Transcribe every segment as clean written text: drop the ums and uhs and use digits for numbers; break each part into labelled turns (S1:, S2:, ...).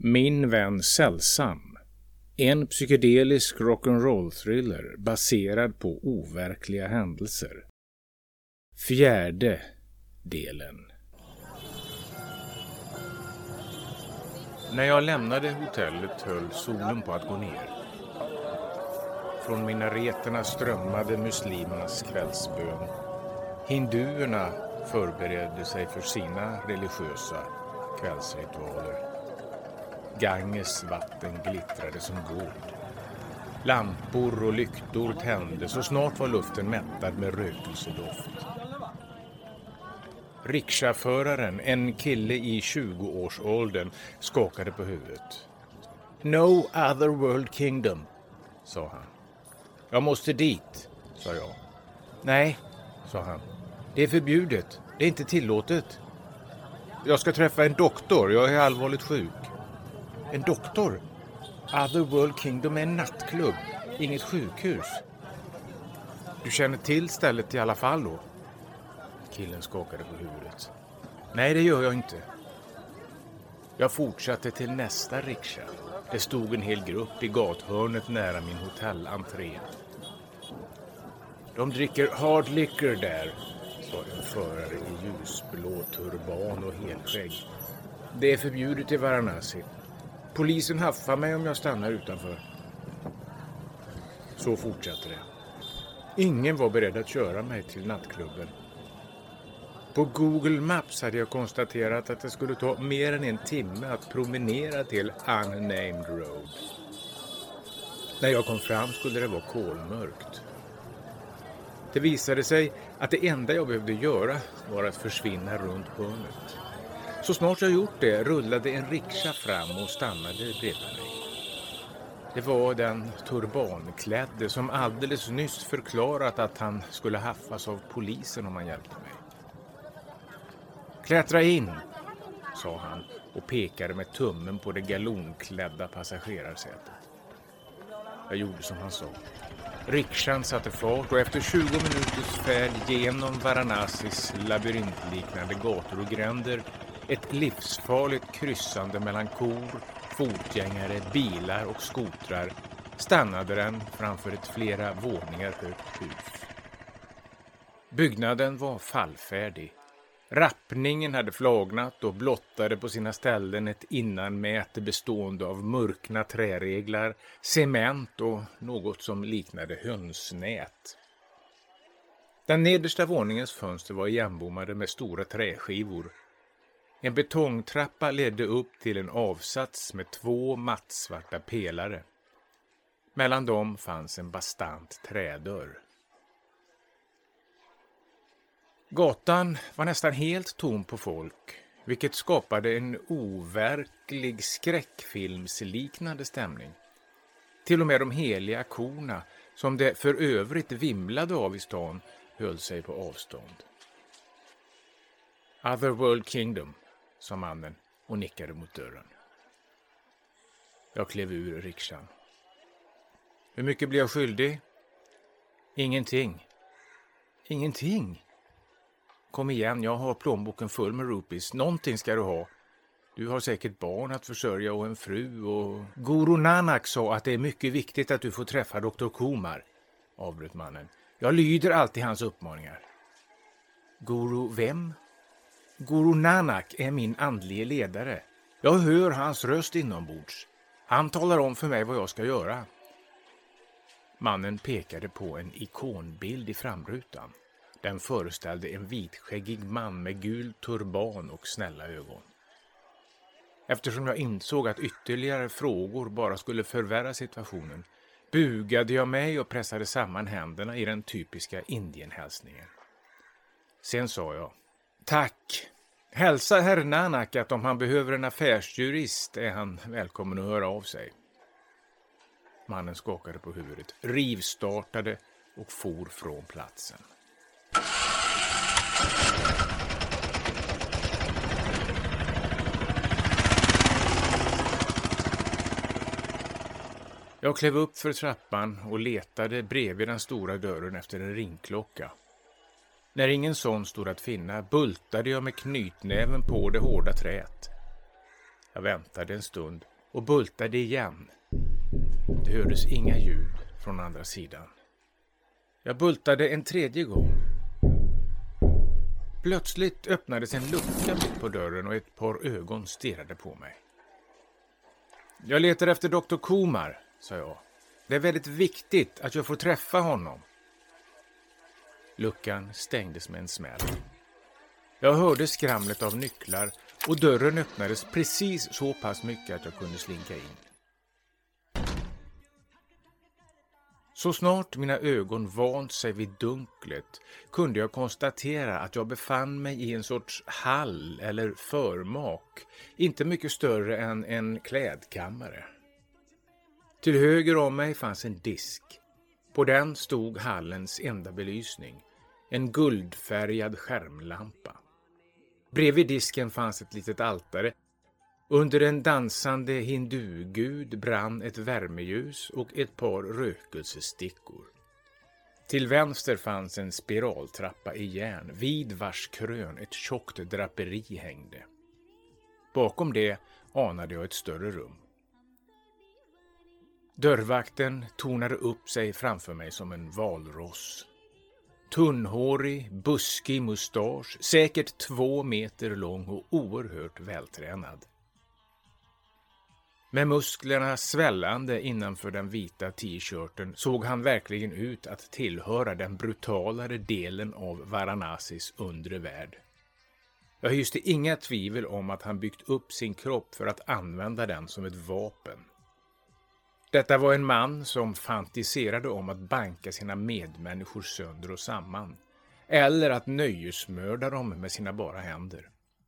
S1: Min vän Sällsam. En psykedelisk rock'n'roll-thriller baserad på overkliga händelser. 4:e delen. När jag lämnade hotellet höll solen på att gå ner. Från minareterna strömmade muslimernas kvällsbön. Hinduerna förberedde sig för sina religiösa kvällsritualer. Ganges vatten glittrade som guld. Lampor och lyktor tändes och snart var luften mättad med rökelsedoft. Rickshaföraren, en kille i 20-årsåldern, skakade på huvudet. No other world kingdom, sa han. Jag måste dit, sa jag. Nej, sa han. Det är förbjudet. Det är inte tillåtet. Jag ska träffa en doktor. Jag är allvarligt sjuk. En doktor? Other World Kingdom är en nattklubb. Inget sjukhus. Du känner till stället i alla fall då? Killen skakade på huvudet. Nej, det gör jag inte. Jag fortsatte till nästa rikscha. Det stod en hel grupp i gathörnet nära min hotellentré. De dricker hard liquor där, sa en förare i ljusblå turban och helskägg. Det är förbjudet i Varanasi. Polisen haffar mig om jag stannar utanför. Så fortsatte det. Ingen var beredd att köra mig till nattklubben. På Google Maps hade jag konstaterat att det skulle ta mer än en timme att promenera till Unnamed Road. När jag kom fram skulle det vara kolmörkt. Det visade sig att det enda jag behövde göra var att försvinna runt hörnet. Så snart jag gjort det rullade en rikscha fram och stannade bredvid mig. Det var den turbanklädde som alldeles nyss förklarat att han skulle haffas av polisen om han hjälpte mig. Klättra in, sa han och pekade med tummen på det galonklädda passagerarsätet. Jag gjorde som han sa. Rikshan satte fart och efter 20 minuters färd genom Varanasis labyrintliknande gator och gränder, ett livsfarligt kryssande mellan kor, fotgängare, bilar och skotrar, stannade den framför ett flera våningar högt hus. Byggnaden var fallfärdig. Rappningen hade flagnat och blottade på sina ställen ett innanmäte bestående av mörkna träreglar, cement och något som liknade hönsnät. Den nedersta våningens fönster var igenbommade med stora träskivor. En betongtrappa ledde upp till en avsats med 2 mattsvarta pelare. Mellan dem fanns en bastant trädörr. Gatan var nästan helt tom på folk, vilket skapade en overklig skräckfilmsliknande stämning. Till och med de heliga korna, som det för övrigt vimlade av i stan, höll sig på avstånd. Other World Kingdom, sa mannen och nickade mot dörren. Jag klev ur rikshan. Hur mycket blir jag skyldig? Ingenting. Ingenting? Kom igen, jag har plånboken full med rupees. Någonting ska du ha. Du har säkert barn att försörja och en fru och... Guru Nanak sa att det är mycket viktigt att du får träffa Dr. Kumar, avbröt mannen. Jag lyder alltid hans uppmaningar. Guru vem? Guru Nanak är min andlige ledare. Jag hör hans röst inombords. Han talar om för mig vad jag ska göra. Mannen pekade på en ikonbild i framrutan. Den föreställde en vitskäggig man med gul turban och snälla ögon. Eftersom jag insåg att ytterligare frågor bara skulle förvärra situationen, bugade jag mig och pressade samman händerna i den typiska Indienhälsningen. Sen sa jag, tack. Hälsa herr Nanak att om han behöver en affärsjurist är han välkommen att höra av sig. Mannen skakade på huvudet, rivstartade och for från platsen. Jag klev upp för trappan och letade bredvid den stora dörren efter en ringklocka. När ingen sån stod att finna bultade jag med knytnäven på det hårda träet. Jag väntade en stund och bultade igen. Det hördes inga ljud från andra sidan. Jag bultade en tredje gång. Plötsligt öppnades en lucka mitt på dörren och ett par ögon stirrade på mig. Jag letar efter Dr. Kumar, sa jag. Det är väldigt viktigt att jag får träffa honom. Luckan stängdes med en smäll. Jag hörde skramlet av nycklar och dörren öppnades precis så pass mycket att jag kunde slinka in. Så snart mina ögon vant sig vid dunklet kunde jag konstatera att jag befann mig i en sorts hall eller förmak, inte mycket större än en klädkammare. Till höger om mig fanns en disk. På den stod hallens enda belysning, en guldfärgad skärmlampa. Bredvid disken fanns ett litet altare. Under en dansande hindugud brann ett värmeljus och ett par rökelsestickor. Till vänster fanns en spiraltrappa i järn, vid vars krön ett tjockt draperi hängde. Bakom det anade jag ett större rum. Dörrvakten tornade upp sig framför mig som en valross. Tunnhårig, buskig mustasch, säkert 2 meter lång och oerhört vältränad. Med musklerna svällande innanför den vita t-shirten såg han verkligen ut att tillhöra den brutalare delen av Varanasis undre värld. Jag hyste inga tvivel om att han byggt upp sin kropp för att använda den som ett vapen. Detta var en man som fantiserade om att banka sina medmänniskor sönder och samman, eller att nöjesmörda dem med sina bara händer.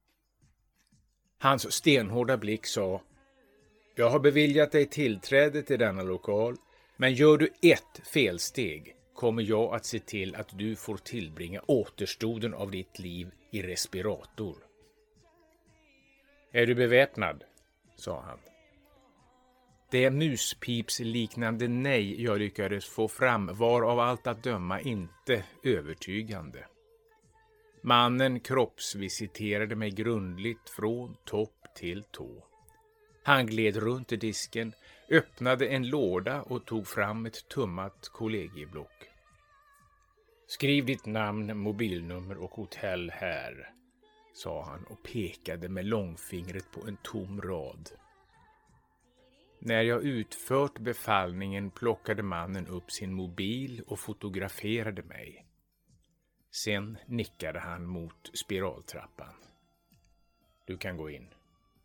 S1: Hans stenhårda blick sa: jag har beviljat dig tillträde till denna lokal, men gör du ett felsteg kommer jag att se till att du får tillbringa återstoden av ditt liv i respirator. Är du beväpnad? Sa han. Det muspipsliknande nej jag lyckades få fram var av allt att döma inte övertygande. Mannen kroppsvisiterade mig grundligt från topp till tå. Han gled runt i disken, öppnade en låda och tog fram ett tummat kollegieblock. Skriv ditt namn, mobilnummer och hotell här, sa han och pekade med långfingret på en tom rad. När jag utfört befallningen plockade mannen upp sin mobil och fotograferade mig. Sen nickade han mot spiraltrappan. Du kan gå in.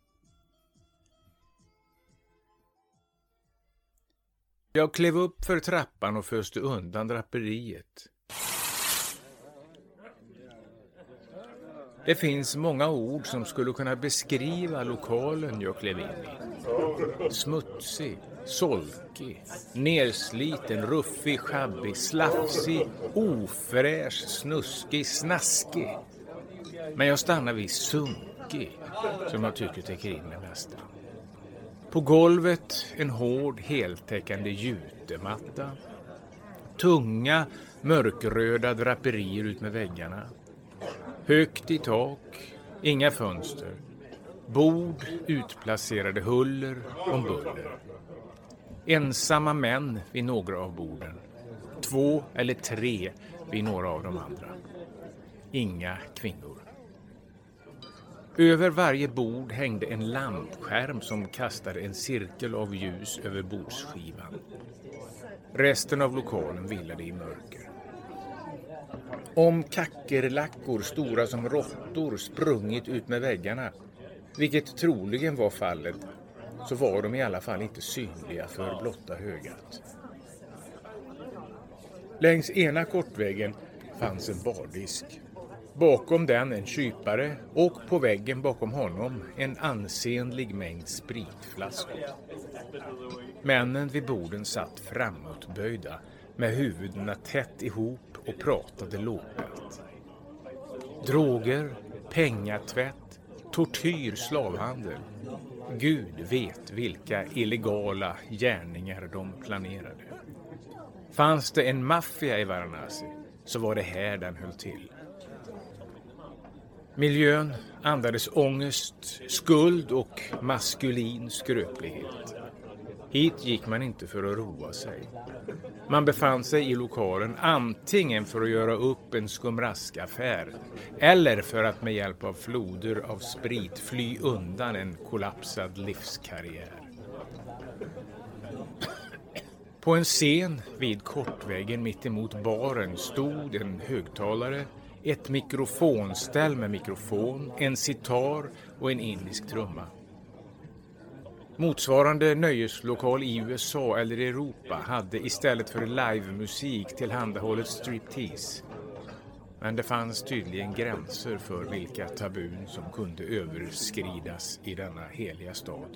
S1: Jag klev upp för trappan och föste undan draperiet. Det finns många ord som skulle kunna beskriva lokalen jag klev in i. Smutsig, solkig, nersliten, ruffig, schabbig, slafsig, ofräsch, snuskig, snaskig. Men jag stannar vid sunkig, som jag tycker täcker in det mesta. På golvet en hård, heltäckande jutematta. Tunga, mörkröda draperier ut med väggarna. Högt i tak, inga fönster. Bord utplacerade huller om buller. Ensamma män vid några av borden. 2 eller 3 vid några av de andra. Inga kvinnor. Över varje bord hängde en lampskärm som kastade en cirkel av ljus över bordsskivan. Resten av lokalen vilade i mörker. Om kackerlackor stora som råttor sprungit ut med väggarna, vilket troligen var fallet, så var de i alla fall inte synliga för blotta ögat. Längs ena kortväggen fanns en bardisk. Bakom den en kypare och på väggen bakom honom en ansenlig mängd spritflaskor. Männen vid borden satt framåtböjda med huvudena tätt ihop och pratade lågt. Droger, pengatvätt, tortyr, slavhandel. Gud vet vilka illegala gärningar de planerade. Fanns det en maffia i Varanasi så var det här den höll till. Miljön andades ångest, skuld och maskulin skröplighet. Hit gick man inte för att roa sig. Man befann sig i lokalen antingen för att göra upp en skumraskaffär eller för att med hjälp av floder av sprit fly undan en kollapsad livskarriär. På en scen vid kortväggen mitt emot baren stod en högtalare, ett mikrofonställ med mikrofon, en sitar och en indisk trumma. Motsvarande nöjeslokal i USA eller Europa hade istället för livemusik tillhandahållet striptease. Men det fanns tydligen gränser för vilka tabun som kunde överskridas i denna heliga stad.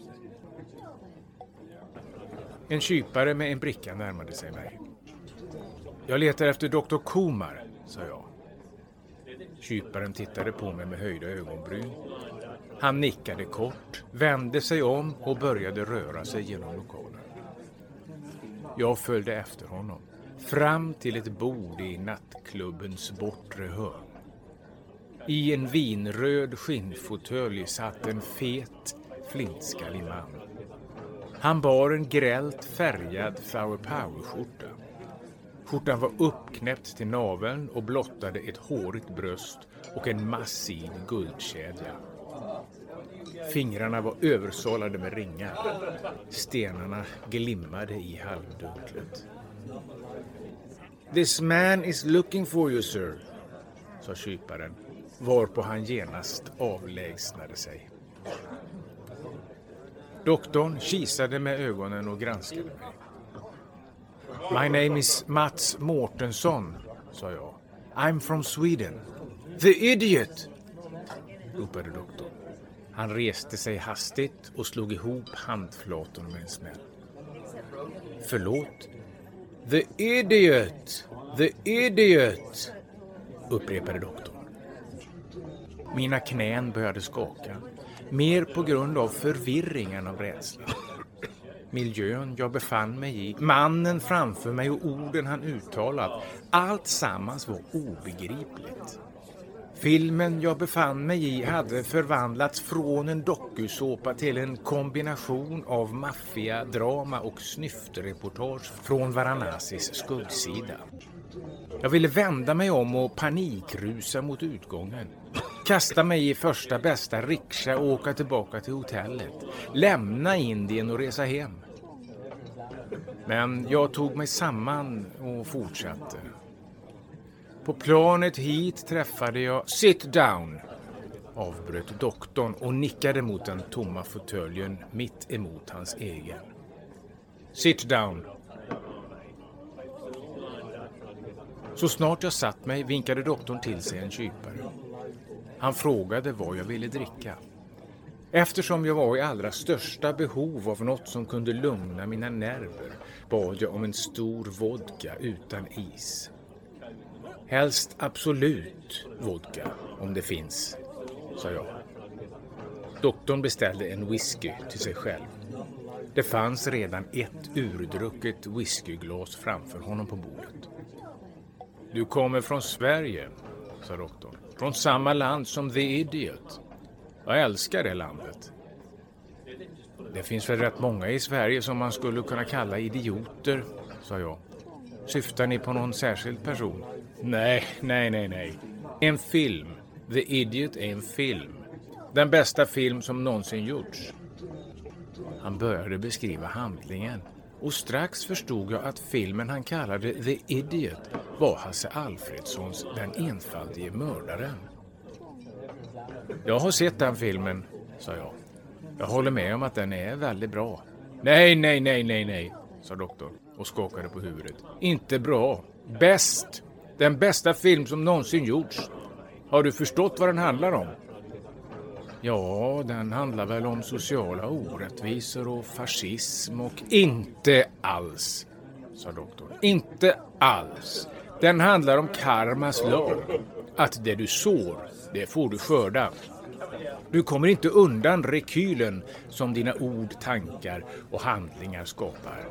S1: En kypare med en bricka närmade sig mig. Jag letar efter Dr. Kumar, sa jag. Kyparen tittade på mig med höjda ögonbryn. Han nickade kort, vände sig om och började röra sig genom lokalen. Jag följde efter honom, fram till ett bord i nattklubbens bortre hörn. I en vinröd skinnfåtölj satt en fet, flintskallig man. Han bar en grällt färgad Flower Power-skjorta. Skjortan var uppknäppt till naveln och blottade ett hårigt bröst och en massiv guldkedja. Fingrarna var översållade med ringar. Stenarna glimmade i halvdunklet. "This man is looking for you, sir", sa kyparen, varpå han genast avlägsnade sig. Doktorn kisade med ögonen och granskade mig. "My name is Mats Mårtensson", sa jag. "I'm from Sweden." "The idiot!" ropade doktorn. Han reste sig hastigt och slog ihop handflatorna med en smäll. "Förlåt?" "The idiot! The idiot!" upprepade doktorn. Mina knän började skaka, mer på grund av förvirringen av rädslan. Miljön jag befann mig i, mannen framför mig och orden han uttalat, allt sammans var obegripligt. Filmen jag befann mig i hade förvandlats från en dokusåpa till en kombination av maffia, drama och snyftreportage från Varanasis skuggsida. Jag ville vända mig om och panikrusa mot utgången. Kasta mig i första bästa rikscha och åka tillbaka till hotellet. Lämna Indien och resa hem. Men jag tog mig samman och fortsatte. På planet hit träffade jag "Sit down", avbröt doktorn och nickade mot den tomma fåtöljen mitt emot hans egen. "Sit down." Så snart jag satt mig vinkade doktorn till sig en kypare. Han frågade vad jag ville dricka. Eftersom jag var i allra största behov av något som kunde lugna mina nerver bad jag om en stor vodka utan is. "Helst absolut vodka, om det finns", sa jag. Doktorn beställde en whisky till sig själv. Det fanns redan ett urdrucket whiskyglas framför honom på bordet. "Du kommer från Sverige", sa doktorn. "Från samma land som The Idiot. Jag älskar det landet." "Det finns väl rätt många i Sverige som man skulle kunna kalla idioter", sa jag. "Syftar ni på någon särskild person?" Nej. En film. The Idiot är en film. Den bästa film som någonsin gjorts." Han började beskriva handlingen och strax förstod jag att filmen han kallade The Idiot var Hasse Alfredsons Den enfaldige mördaren. "Jag har sett den filmen", sa jag. "Jag håller med om att den är väldigt bra." Nej, sa doktorn och skakade på huvudet. "Inte bra. Bäst. Den bästa film som någonsin gjorts. Har du förstått vad den handlar om?" "Ja, den handlar väl om sociala orättvisor och fascism och..." "Inte alls", sa doktorn. "Inte alls. Den handlar om karmas lag. Att det du sår, det får du skörda. Du kommer inte undan rekylen som dina ord, tankar och handlingar skapar."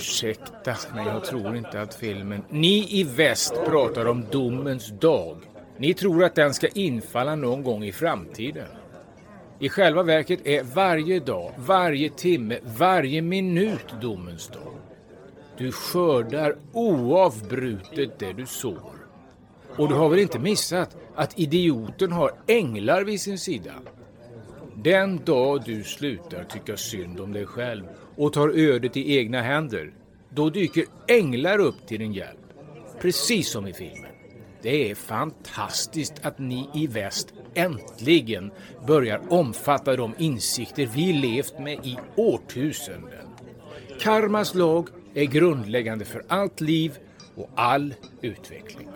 S1: "Ursäkta, men jag tror inte att filmen..." "Ni i väst pratar om domens dag. Ni tror att den ska infalla någon gång i framtiden. I själva verket är varje dag, varje timme, varje minut domens dag. Du skördar oavbrutet det du sår. Och du har väl inte missat att idioten har änglar vid sin sida? Den dag du slutar tycka synd om dig själv och tar ödet i egna händer, då dyker änglar upp till din hjälp. Precis som i filmen. Det är fantastiskt att ni i väst äntligen börjar omfatta de insikter vi levt med i årtusenden. Karmas lag är grundläggande för allt liv och all utveckling.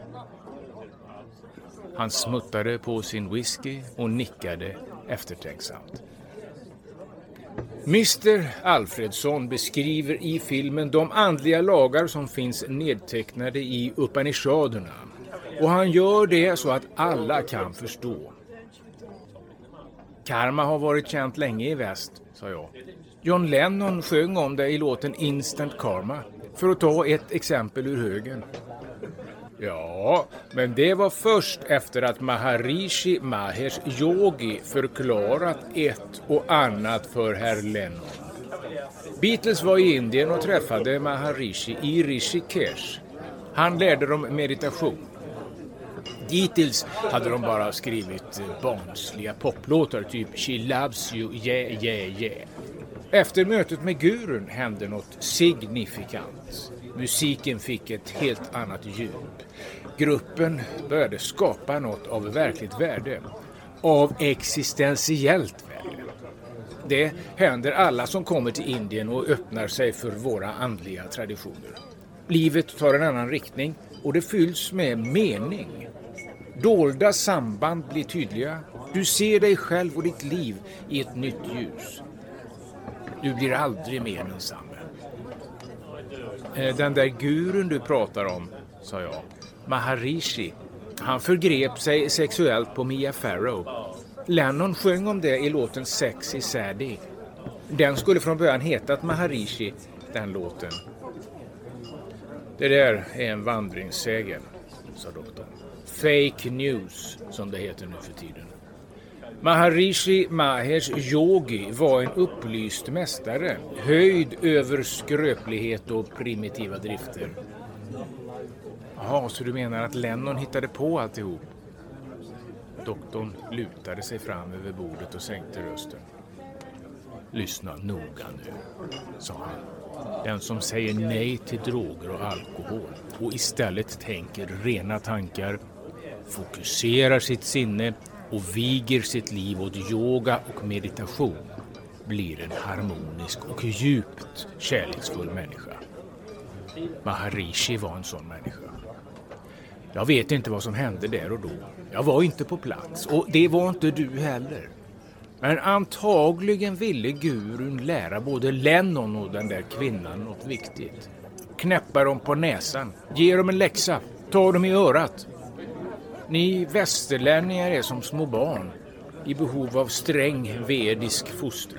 S1: Han smuttade på sin whisky och nickade eftertänksamt. Mr. Alfredsson beskriver i filmen de andliga lagar som finns nedtecknade i Upanishaderna. Och han gör det så att alla kan förstå. Karma har varit känt länge i väst, sa jag. John Lennon sjöng om det i låten Instant Karma, för att ta ett exempel ur högen. Ja, men det var först efter att Maharishi Mahesh Yogi förklarat ett och annat för herr Lennon. Beatles var i Indien och träffade Maharishi i Rishikesh. Han lärde dem meditation. Dittills hade de bara skrivit barnsliga poplåtar typ She loves you, yeah, yeah, yeah. Efter mötet med gurun hände något signifikant. Musiken fick ett helt annat djup. Gruppen började skapa något av verkligt värde. Av existentiellt värde. Det händer alla som kommer till Indien och öppnar sig för våra andliga traditioner. Livet tar en annan riktning och det fylls med mening. Dolda samband blir tydliga. Du ser dig själv och ditt liv i ett nytt ljus. Du blir aldrig mer ensam. Den där gurun du pratar om, sa jag. Maharishi. Han förgrep sig sexuellt på Mia Farrow. Lennon sjöng om det i låten Sexy Sadie. Den skulle från början hetat Maharishi, den låten. Det där är en vandringssägen, sa doktorn. Fake news, som det heter nu för tiden. Maharishi Mahesh Yogi var en upplyst mästare, höjd över skröplighet och primitiva drifter. Jaha, så du menar att Lennon hittade på alltihop? Doktorn lutade sig fram över bordet och sänkte rösten. Lyssna noga nu, sa han. Den som säger nej till droger och alkohol och istället tänker rena tankar, fokuserar sitt sinne och viger sitt liv åt yoga och meditation blir en harmonisk och djupt kärleksfull människa. Maharishi var en sån människa. Jag vet inte vad som hände där och då. Jag var inte på plats och det var inte du heller. Men antagligen ville gurun lära både Lennon och den där kvinnan något viktigt. Knäppa dem på näsan, ge dem en läxa, ta dem i örat. Ni västerlänningar är som små barn i behov av sträng vedisk fostran.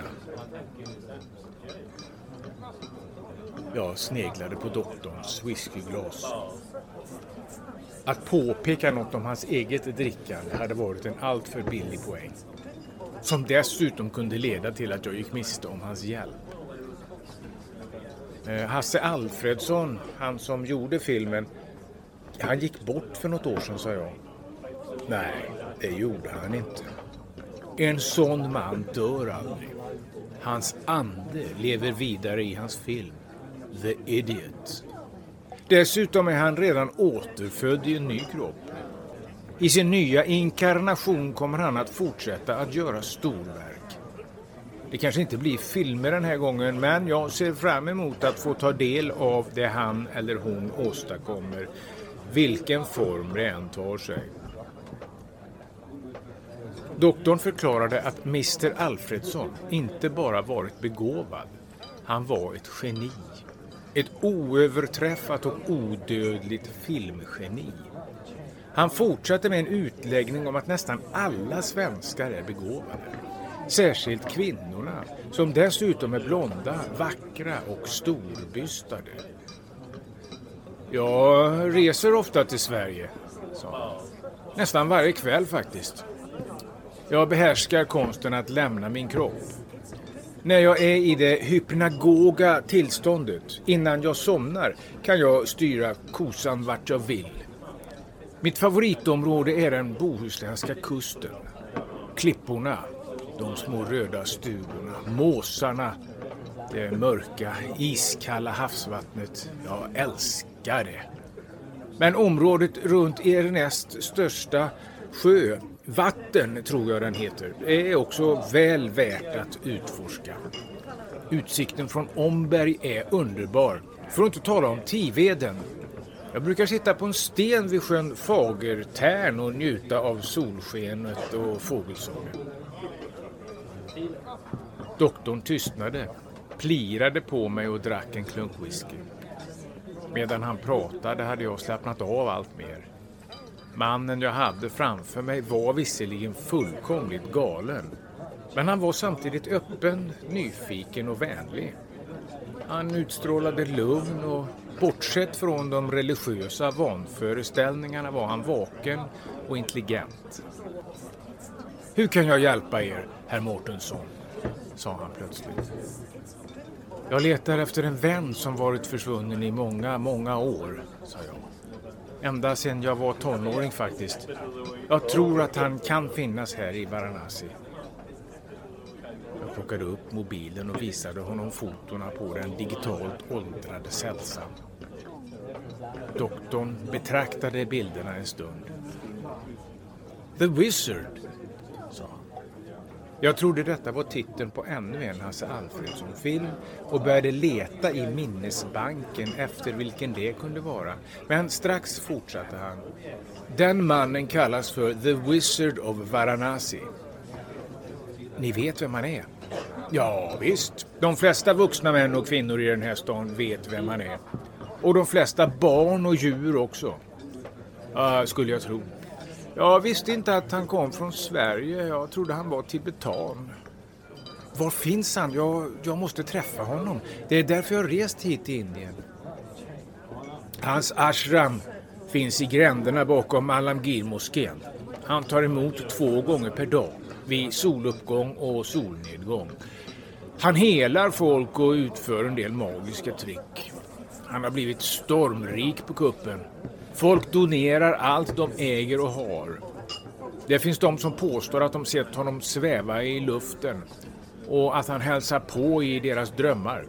S1: Jag sneglade på doktorns whiskyglas. Att påpeka något om hans eget drickande hade varit en alltför billig poäng. Som dessutom kunde leda till att jag gick miste om hans hjälp. Hasse Alfredsson, han som gjorde filmen, han gick bort för något år sedan, sa jag. Nej, det gjorde han inte. En sån man dör aldrig. Hans ande lever vidare i hans film, The Idiot. Dessutom är han redan återfödd i en ny kropp. I sin nya inkarnation kommer han att fortsätta att göra storverk. Det kanske inte blir filmer den här gången, men jag ser fram emot att få ta del av det han eller hon åstadkommer, vilken form det än tar sig. Doktorn förklarade att Mr. Alfredsson inte bara varit begåvad, han var ett geni. Ett oöverträffat och odödligt filmgeni. Han fortsatte med en utläggning om att nästan alla svenskar är begåvade. Särskilt kvinnorna, som dessutom är blonda, vackra och storbystade. Jag reser ofta till Sverige, sa han. Nästan varje kväll faktiskt. Jag behärskar konsten att lämna min kropp. När jag är i det hypnagoga tillståndet, innan jag somnar, kan jag styra kosan vart jag vill. Mitt favoritområde är den bohuslänska kusten. Klipporna, de små röda stugorna, måsarna, det mörka, iskalla havsvattnet. Jag älskar det. Men området runt er näst största sjö, Vatten tror jag den heter, är också väl värt att utforska. Utsikten från Omberg är underbar, för att inte tala om Tiveden. Jag brukar sitta på en sten vid sjön Fagertärn och njuta av solskenet och fågelsången. Doktorn tystnade, plirade på mig och drack en klunk whisky. Medan han pratade hade jag slappnat av allt mer. Mannen jag hade framför mig var visserligen fullkomligt galen. Men han var samtidigt öppen, nyfiken och vänlig. Han utstrålade lugn och bortsett från de religiösa vanföreställningarna var han vaken och intelligent. Hur kan jag hjälpa er, herr Mårtensson? Sa han plötsligt. Jag letar efter en vän som varit försvunnen i många, många år, sa jag. Ända sedan jag var tonåring faktiskt. Jag tror att han kan finnas här i Varanasi. Jag plockade upp mobilen och visade honom fotona på den digitalt åldrade Sälsan. Doktorn betraktade bilderna en stund. The Wizard, sa han. Jag trodde detta var titeln på ännu en Hasse Alfredson-film och började leta i minnesbanken efter vilken det kunde vara. Men strax fortsatte han. Den mannen kallas för The Wizard of Varanasi. Ni vet vem han är? Ja, visst. De flesta vuxna män och kvinnor i den här stan vet vem han är. Och de flesta barn och djur också. Skulle jag tro. Jag visste inte att han kom från Sverige. Jag trodde han var tibetan. Var finns han? Jag måste träffa honom. Det är därför jag rest hit till Indien. Hans ashram finns i gränderna bakom Alamgir-moskén. Han tar emot 2 gånger per dag. Vid soluppgång och solnedgång. Han helar folk och utför en del magiska trick. Han har blivit stormrik på kuppen. Folk donerar allt de äger och har. Det finns de som påstår att de sett honom sväva i luften och att han hälsar på i deras drömmar.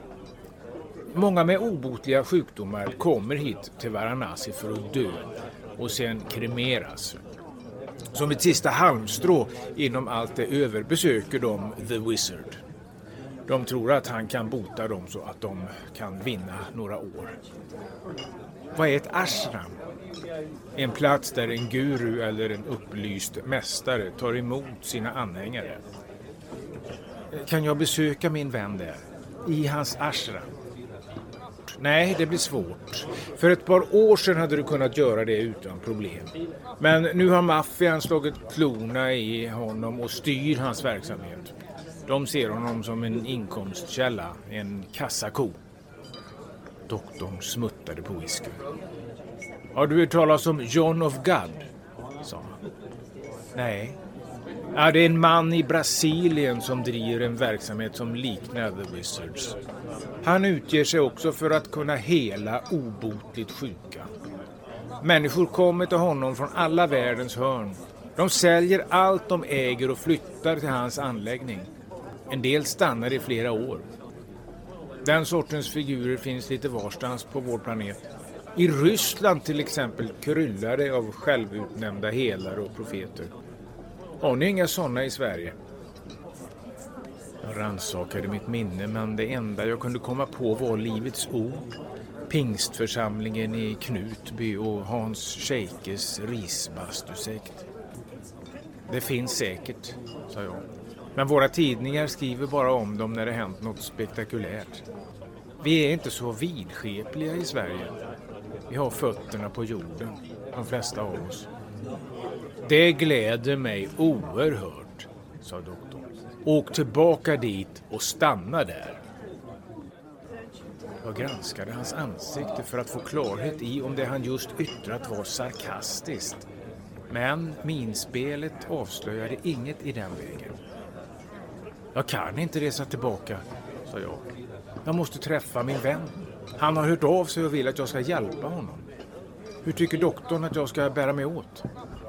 S1: Många med obotliga sjukdomar kommer hit till Varanasi för att dö och sen kremeras. Som ett sista halmstrå inom allt det över besöker de The Wizard. De tror att han kan bota dem så att de kan vinna några år. Vad är ett ashram? En plats där en guru eller en upplyst mästare tar emot sina anhängare. Kan jag besöka min vän där? I hans ashram? Nej, det blir svårt. För ett par år sedan hade du kunnat göra det utan problem. Men nu har maffian slagit klorna i honom och styr hans verksamhet. De ser honom som en inkomstkälla, en kassako. Doktorn smuttade på whisky. Har du hört talas om John of God? Sa han. Nej. Ja, det är en man i Brasilien som driver en verksamhet som liknar The Wizards. Han utger sig också för att kunna hela obotligt sjuka. Människor kommer till honom från alla världens hörn. De säljer allt de äger och flyttar till hans anläggning. En del stannar i flera år. Den sortens figurer finns lite varstans på vår planet. I Ryssland till exempel kryllar det av självutnämnda helare och profeter. Har ni inga sådana i Sverige? Jag rannsakade mitt minne, men det enda jag kunde komma på var Livets ord, Pingstförsamlingen i Knutby och Hans Scheikes risbastusekt. Det finns säkert, sa jag. Men våra tidningar skriver bara om dem när det hänt något spektakulärt. Vi är inte så vidskepliga i Sverige. Vi har fötterna på jorden, de flesta av oss. Det gläder mig oerhört, sa doktorn. Åk tillbaka dit och stanna där. Jag granskade hans ansikte för att få klarhet i om det han just yttrat var sarkastiskt. Men minspelet avslöjade inget i den vägen. Jag kan inte resa tillbaka, sa jag. Jag måste träffa min vän. Han har hört av sig och vill att jag ska hjälpa honom. Hur tycker doktorn att jag ska bära mig åt?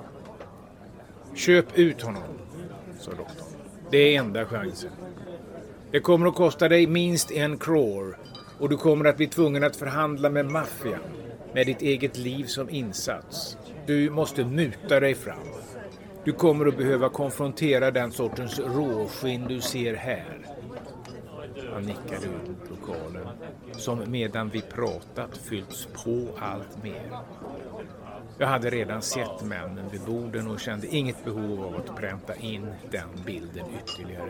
S1: Köp ut honom, sa doktorn. Det är enda chansen. Det kommer att kosta dig minst 1 crore och du kommer att bli tvungen att förhandla med maffian med ditt eget liv som insats. Du måste muta dig fram. Du kommer att behöva konfrontera den sortens råskinn du ser här. Han nickade ut lokalen som medan vi pratat fyllts på allt mer. Jag hade redan sett männen vid borden och kände inget behov av att pränta in den bilden ytterligare.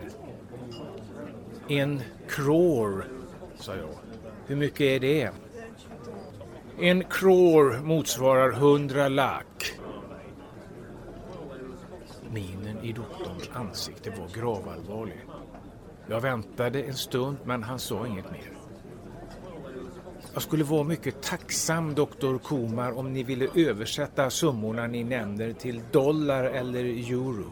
S1: 1 crore, sa jag. Hur mycket är det? 1 crore motsvarar 100 lack. Minen i doktorns ansikte var gravallvarlig. Jag väntade en stund men han sa inget mer. Jag skulle vara mycket tacksam, doktor Kumar, om ni ville översätta summorna ni nämner till dollar eller euro.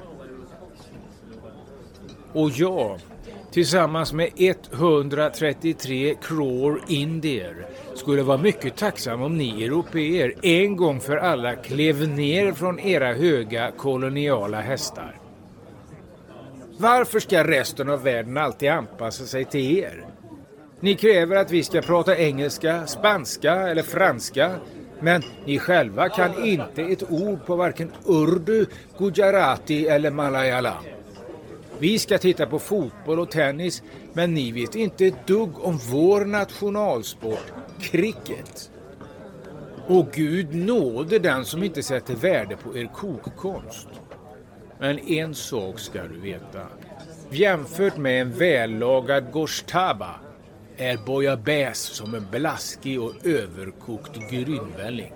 S1: Och jag, tillsammans med 133 crore indier, skulle vara mycket tacksam om ni europeer en gång för alla klev ner från era höga koloniala hästar. Varför ska resten av världen alltid anpassa sig till er? Ni kräver att vi ska prata engelska, spanska eller franska, men ni själva kan inte ett ord på varken urdu, gujarati eller malayalam. Vi ska titta på fotboll och tennis, men ni vet inte ett dugg om vår nationalsport, cricket. Och Gud nåde den som inte sätter värde på er kokkonst. Men en sak ska du veta. Jämfört med en vällagad goshtaba är bouillabaisse som en blaskig och överkokt grynvälling.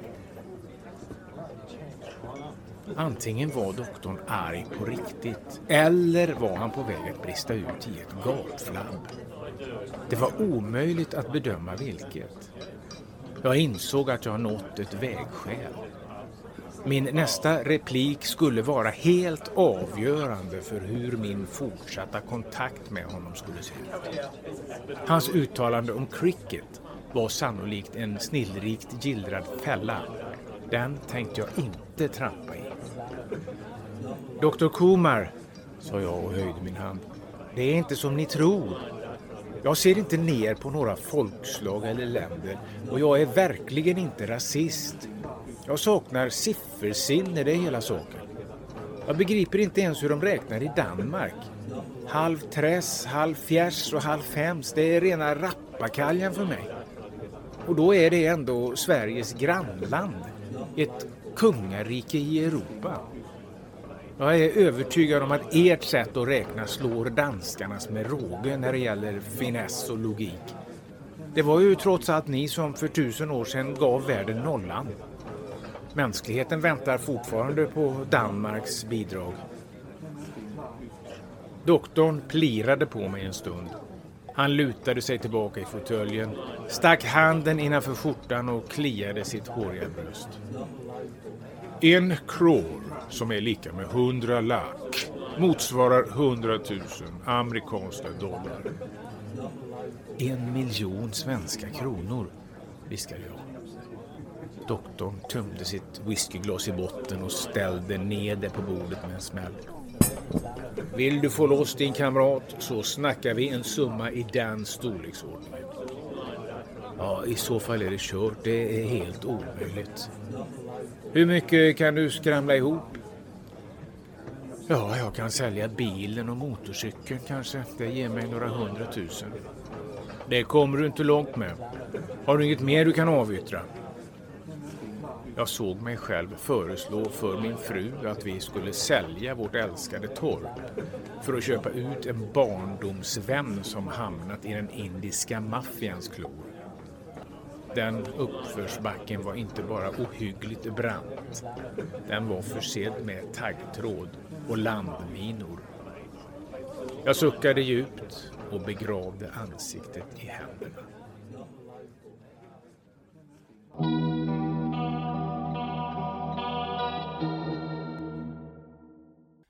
S1: Antingen var doktorn arg på riktigt eller var han på väg att brista ut i ett gapflabb. Det var omöjligt att bedöma vilket. Jag insåg att jag nått ett vägskäl. Min nästa replik skulle vara helt avgörande för hur min fortsatta kontakt med honom skulle se ut. Hans uttalande om cricket var sannolikt en snillrikt gillrad fälla. Den tänkte jag inte trampa i. Dr. Kumar, sa jag och höjde min hand. Det är inte som ni tror. Jag ser inte ner på några folkslag eller länder och jag är verkligen inte rasist. Jag saknar siffersinne, det är hela saken. Jag begriper inte ens hur de räknar i Danmark. 1/2 1/2 och 1/2, det är rena rappakaljan för mig. Och då är det ändå Sveriges grannland, ett kungarike i Europa. Jag är övertygad om att ert sätt att räkna slår danskarnas med råge när det gäller finess och logik. Det var ju trots allt ni som för 1000 år sedan gav världen nollan. Mänskligheten väntar fortfarande på Danmarks bidrag. Doktorn plirade på mig en stund. Han lutade sig tillbaka i fåtöljen, stack handen innanför skjortan och kliade sitt håriga bröst. 1 crore, som är lika med 100 lack, motsvarar 100 000 amerikanska dollar. 1 miljon svenska kronor, viskade jag. Doktorn tömde sitt whiskyglas i botten och ställde ner det på bordet med en smäll. Vill du få loss din kamrat så snackar vi en summa i den storleksordningen. Ja, i så fall är det kört. Det är helt omöjligt. Hur mycket kan du skramla ihop? Ja, jag kan sälja bilen och motorcykeln kanske. Det ger mig några 100 000. Det kommer du inte långt med. Har du inget mer du kan avyttra? Jag såg mig själv föreslå för min fru att vi skulle sälja vårt älskade torp för att köpa ut en barndomsvän som hamnat i den indiska maffians klor. Den uppförsbacken var inte bara ohyggligt brant. Den var försedd med taggtråd och landminor. Jag suckade djupt och begravde ansiktet i händerna.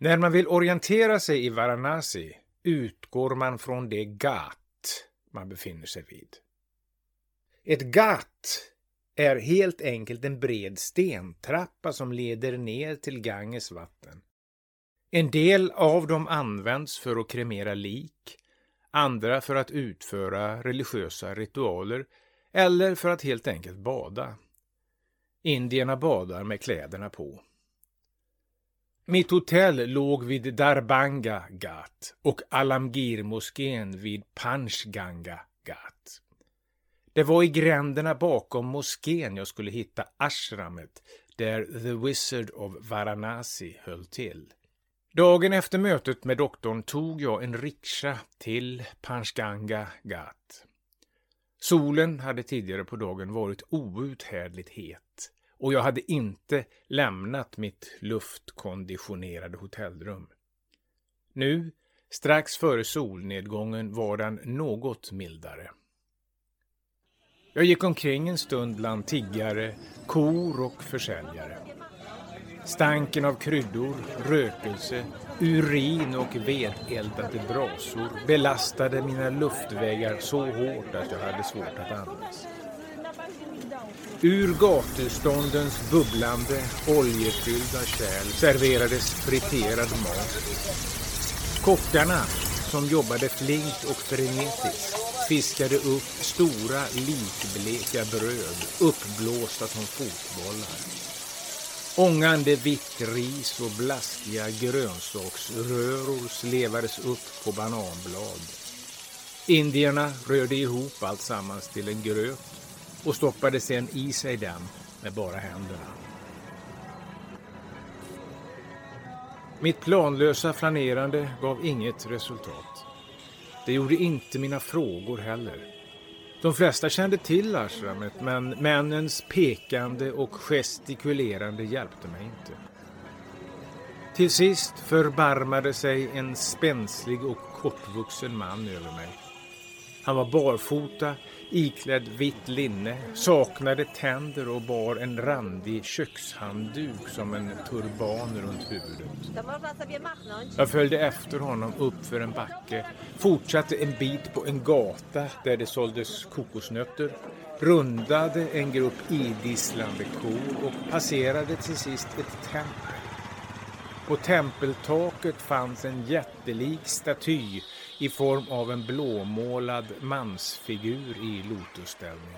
S1: När man vill orientera sig i Varanasi utgår man från det gat man befinner sig vid. Ett gat är helt enkelt en bred stentrappa som leder ner till Ganges vatten. En del av dem används för att kremera lik, andra för att utföra religiösa ritualer eller för att helt enkelt bada. Indierna badar med kläderna på. Mitt hotell låg vid Darbhanga Ghat och Alamgir-moskén vid Panchganga Ghat. Det var i gränderna bakom moskén jag skulle hitta ashramet där The Wizard of Varanasi höll till. Dagen efter mötet med doktorn tog jag en rikscha till Panchganga Ghat. Solen hade tidigare på dagen varit outhärdligt het och jag hade inte lämnat mitt luftkonditionerade hotellrum. Nu, strax före solnedgången, var den något mildare. Jag gick omkring en stund bland tiggare, kor och försäljare. Stanken av kryddor, rökelse, urin och vedeldade brasor belastade mina luftvägar så hårt att jag hade svårt att andas. Ur gatuståndens bubblande, oljefyllda kärl serverades friterad mat. Kockarna, som jobbade flinkt och frenetiskt, fiskade upp stora likbleka bröd, uppblåsta som fotbollar. Ångande vitt ris och blaskiga grönsaksröror slevades upp på bananblad. Indierna rörde ihop allt sammans till en gröt och stoppade sedan i sig den med bara händerna. Mitt planlösa flanerande gav inget resultat. Det gjorde inte mina frågor heller. De flesta kände till ashramet, men männens pekande och gestikulerande hjälpte mig inte. Till sist förbarmade sig en spänslig och kortvuxen man över mig. Han var barfota, iklädd vitt linne, saknade tänder och bar en randig kökshandduk som en turban runt huvudet. Jag följde efter honom upp för en backe, fortsatte en bit på en gata där det såldes kokosnötter, rundade en grupp idisslande kor och passerade till sist ett tempel. På tempeltaket fanns en jättelik staty i form av en blåmålad mansfigur i lotusställning.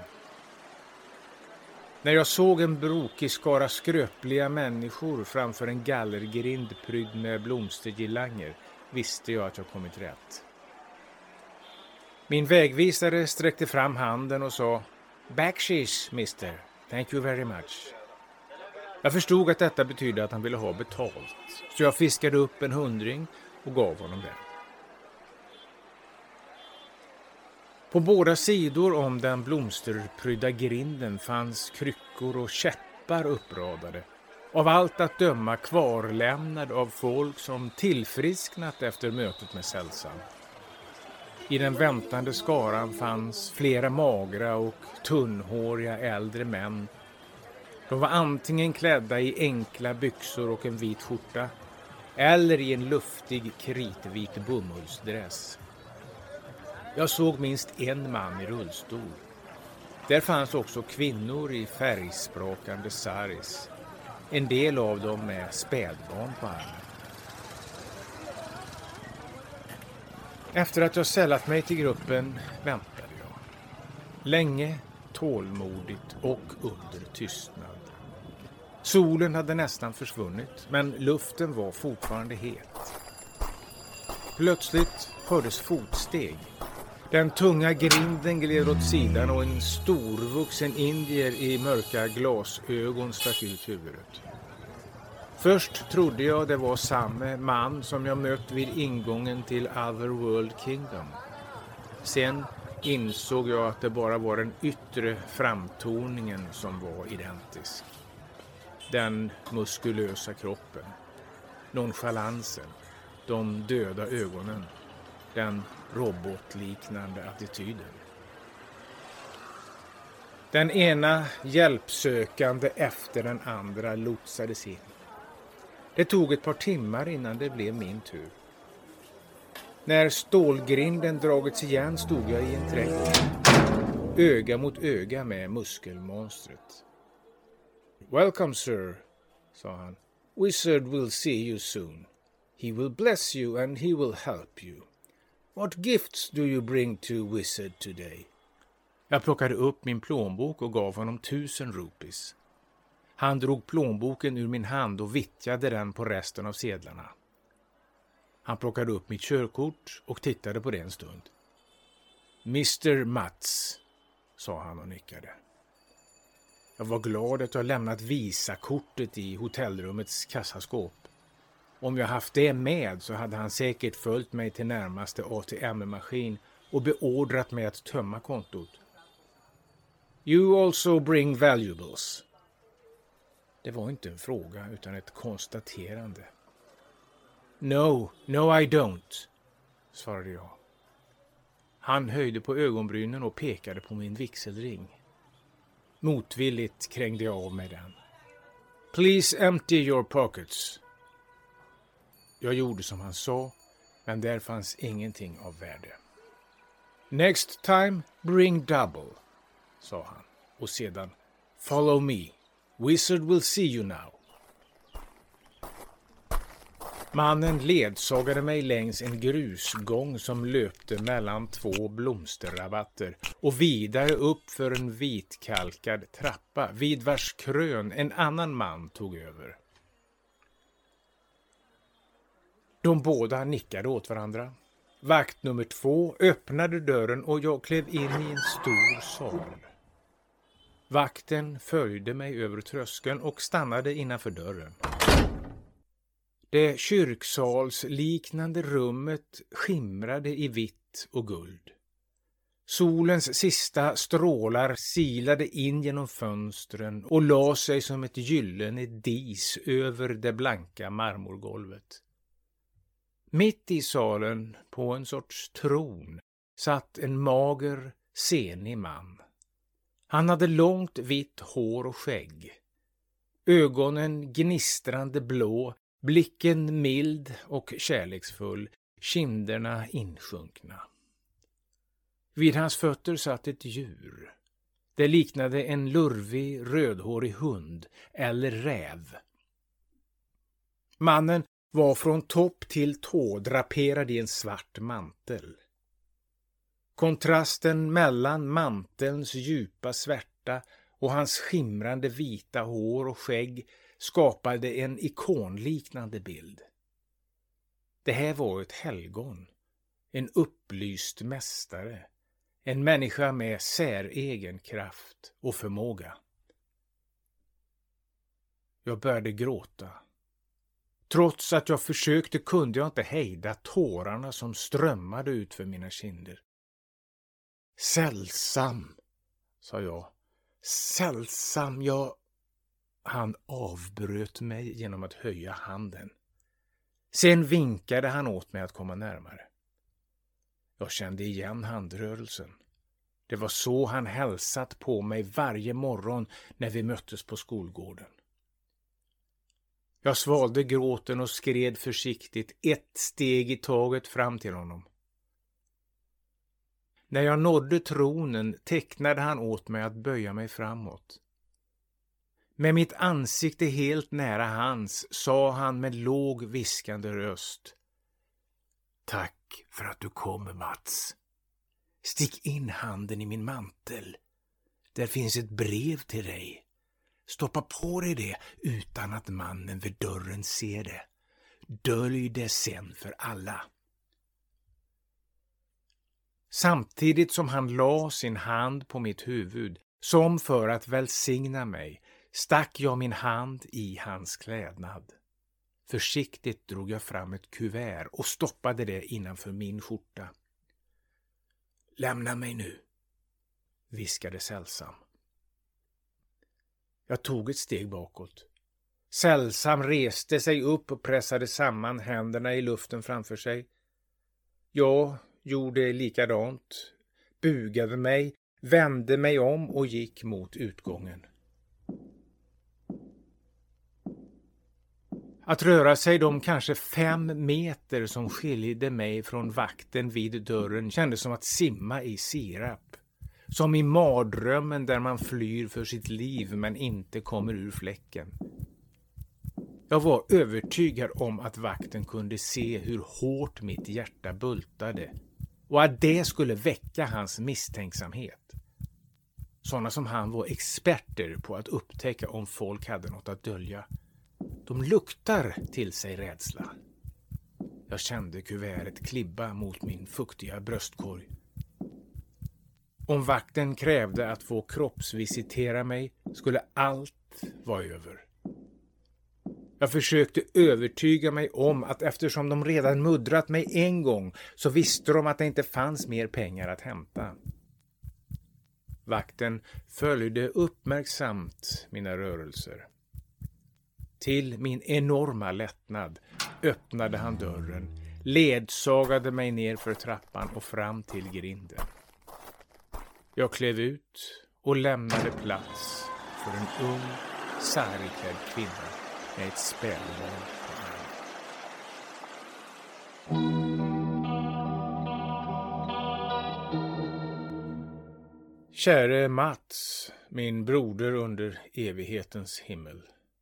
S1: När jag såg en brokig skara skröpliga människor framför en gallergrind prydd med blomstergirlanger visste jag att jag kommit rätt. Min vägvisare sträckte fram handen och sa "Backshish, mister. Thank you very much." Jag förstod att detta betydde att han ville ha betalt, så jag fiskade upp en 100 och gav honom det. På båda sidor om den blomsterprydda grinden fanns kryckor och käppar uppradade, av allt att döma kvarlämnad av folk som tillfrisknat efter mötet med Sälsan. I den väntande skaran fanns flera magra och tunnhåriga äldre män. De var antingen klädda i enkla byxor och en vit skjorta eller i en luftig kritvit bomullsdress. Jag såg minst en man i rullstol. Där fanns också kvinnor i färgsprakande saris. En del av dem med spädbarn på armen. Efter att jag sällat mig till gruppen väntade jag. Länge, tålmodigt och under tystnad. Solen hade nästan försvunnit, men luften var fortfarande het. Plötsligt hördes fotsteg. Den tunga grinden gled åt sidan och en storvuxen indier i mörka glasögon stack ut huvudet. Först trodde jag det var samma man som jag mött vid ingången till Otherworld Kingdom. Sen insåg jag att det bara var den yttre framtoningen som var identisk. Den muskulösa kroppen, nonchalansen, de döda ögonen, den robotliknande attityden. Den ena hjälpsökande efter den andra lotsades in. Det tog ett par timmar innan det blev min tur. När stålgrinden dragits igen stod jag i en trädgård, öga mot öga med muskelmonstret. "Welcome, sir," sa han. "Wizard will see you soon. He will bless you and he will help you. What gifts do you bring to Wizard today?" Jag plockade upp min plånbok och gav honom 1000 rupees. Han drog plånboken ur min hand och vittjade den på resten av sedlarna. Han plockade upp mitt körkort och tittade på det en stund. "Mr. Mats", sa han och nickade. Jag var glad att jag lämnat visakortet i hotellrummets kassaskåp. Om jag haft det med så hade han säkert följt mig till närmaste ATM-maskin och beordrat mig att tömma kontot. "You also bring valuables." Det var inte en fråga utan ett konstaterande. No, I don't", svarade jag. Han höjde på ögonbrynen och pekade på min vigselring. Motvilligt krängde jag av med den. "Please empty your pockets." Jag gjorde som han sa, men där fanns ingenting av värde. "Next time, bring double", sa han. Och sedan, "Follow me. Wizard will see you now." Mannen ledsagade mig längs en grusgång som löpte mellan 2 blomsterrabatter och vidare upp för en vitkalkad trappa vid vars krön en annan man tog över. De båda nickade åt varandra. Vakt nummer 2 öppnade dörren och jag klev in i en stor sal. Vakten följde mig över tröskeln och stannade innanför dörren. Det kyrksalsliknande rummet skimrade i vitt och guld. Solens sista strålar silade in genom fönstren och la sig som ett gyllene dis över det blanka marmorgolvet. Mitt i salen, på en sorts tron, satt en mager, senig man. Han hade långt vitt hår och skägg. Ögonen gnistrande blå, blicken mild och kärleksfull, kinderna insjunkna. Vid hans fötter satt ett djur. Det liknade en lurvig, rödhårig hund eller räv. Mannen var från topp till tå draperad i en svart mantel. Kontrasten mellan mantelns djupa svärta och hans skimrande vita hår och skägg skapade en ikonliknande bild. Det här var ett helgon, en upplyst mästare, en människa med säregen kraft och förmåga. Jag började gråta. Trots att jag försökte kunde jag inte hejda tårarna som strömmade ut för mina kinder. "Sällsam", sa jag. "Sällsam, jag..." Han avbröt mig genom att höja handen. Sen vinkade han åt mig att komma närmare. Jag kände igen handrörelsen. Det var så han hälsat på mig varje morgon när vi möttes på skolgården. Jag svalde gråten och skred försiktigt 1 steg i taget fram till honom. När jag nådde tronen tecknade han åt mig att böja mig framåt. Med mitt ansikte helt nära hans sa han med låg viskande röst: "Tack för att du kommer, Mats. Stick in handen i min mantel. Där finns ett brev till dig. Stoppa på dig det utan att mannen vid dörren ser det. Dölj det sen för alla." Samtidigt som han la sin hand på mitt huvud, som för att välsigna mig, stack jag min hand i hans klädnad. Försiktigt drog jag fram ett kuvert och stoppade det innanför min skjorta. "Lämna mig nu", viskade Sällsam. Jag tog ett steg bakåt. Sällsam reste sig upp och pressade samman händerna i luften framför sig. Jag gjorde likadant, bugade mig, vände mig om och gick mot utgången. Att röra sig de kanske 5 meter som skilde mig från vakten vid dörren kändes som att simma i sirap. Som i mardrömmen där man flyr för sitt liv men inte kommer ur fläcken. Jag var övertygad om att vakten kunde se hur hårt mitt hjärta bultade och att det skulle väcka hans misstänksamhet. Sådana som han var experter på att upptäcka om folk hade något att dölja. De luktar till sig rädsla. Jag kände kuvertet klibba mot min fuktiga bröstkorg. Om vakten krävde att få kroppsvisitera mig skulle allt vara över. Jag försökte övertyga mig om att eftersom de redan muddrat mig en gång så visste de att det inte fanns mer pengar att hämta. Vakten följde uppmärksamt mina rörelser. Till min enorma lättnad öppnade han dörren, ledsagade mig ner för trappan och fram till grinden. Jag klev ut och lämnade plats för en ung, sargklädd kvinna med ett spädbarn på armen. Käre Mats, min broder under evighetens himmel.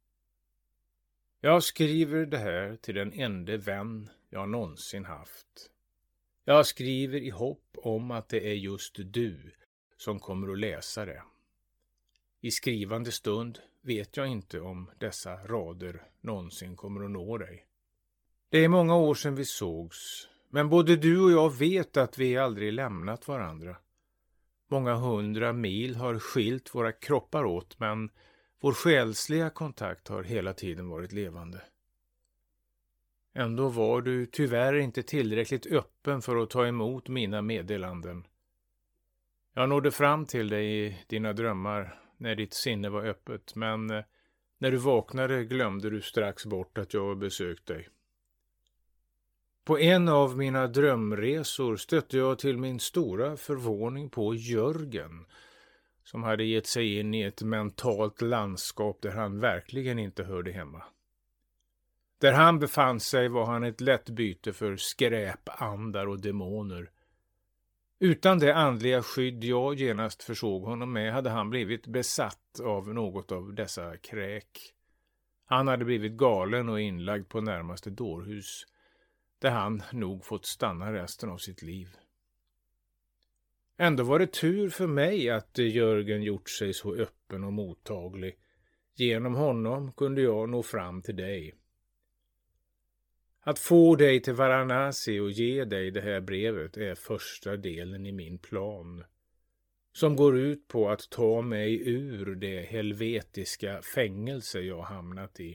S1: Jag skriver det här till den enda vän jag någonsin haft. Jag skriver i hopp om att det är just du som kommer att läsa det. I skrivande stund vet jag inte om dessa rader någonsin kommer att nå dig. Det är många år sedan vi sågs, men både du och jag vet att vi aldrig lämnat varandra. Många 100 mil har skilt våra kroppar åt, men vår själsliga kontakt har hela tiden varit levande. Ändå var du tyvärr inte tillräckligt öppen för att ta emot mina meddelanden. Jag nådde fram till dig i dina drömmar när ditt sinne var öppet, men när du vaknade glömde du strax bort att jag besökt dig. På en av mina drömresor stötte jag till min stora förvåning på Jörgen, som hade gett sig in i ett mentalt landskap där han verkligen inte hörde hemma. Där han befann sig var han ett lätt byte för skräpandar och demoner. Utan det andliga skydd jag genast försåg honom med hade han blivit besatt av något av dessa kräk. Han hade blivit galen och inlagd på närmaste dårhus, där han nog fått stanna resten av sitt liv. Ändå var det tur för mig att Jörgen gjort sig så öppen och mottaglig. Genom honom kunde jag nå fram till dig. Att få dig till Varanasi och ge dig det här brevet är första delen i min plan, som går ut på att ta mig ur det helvetiska fängelse jag hamnat i.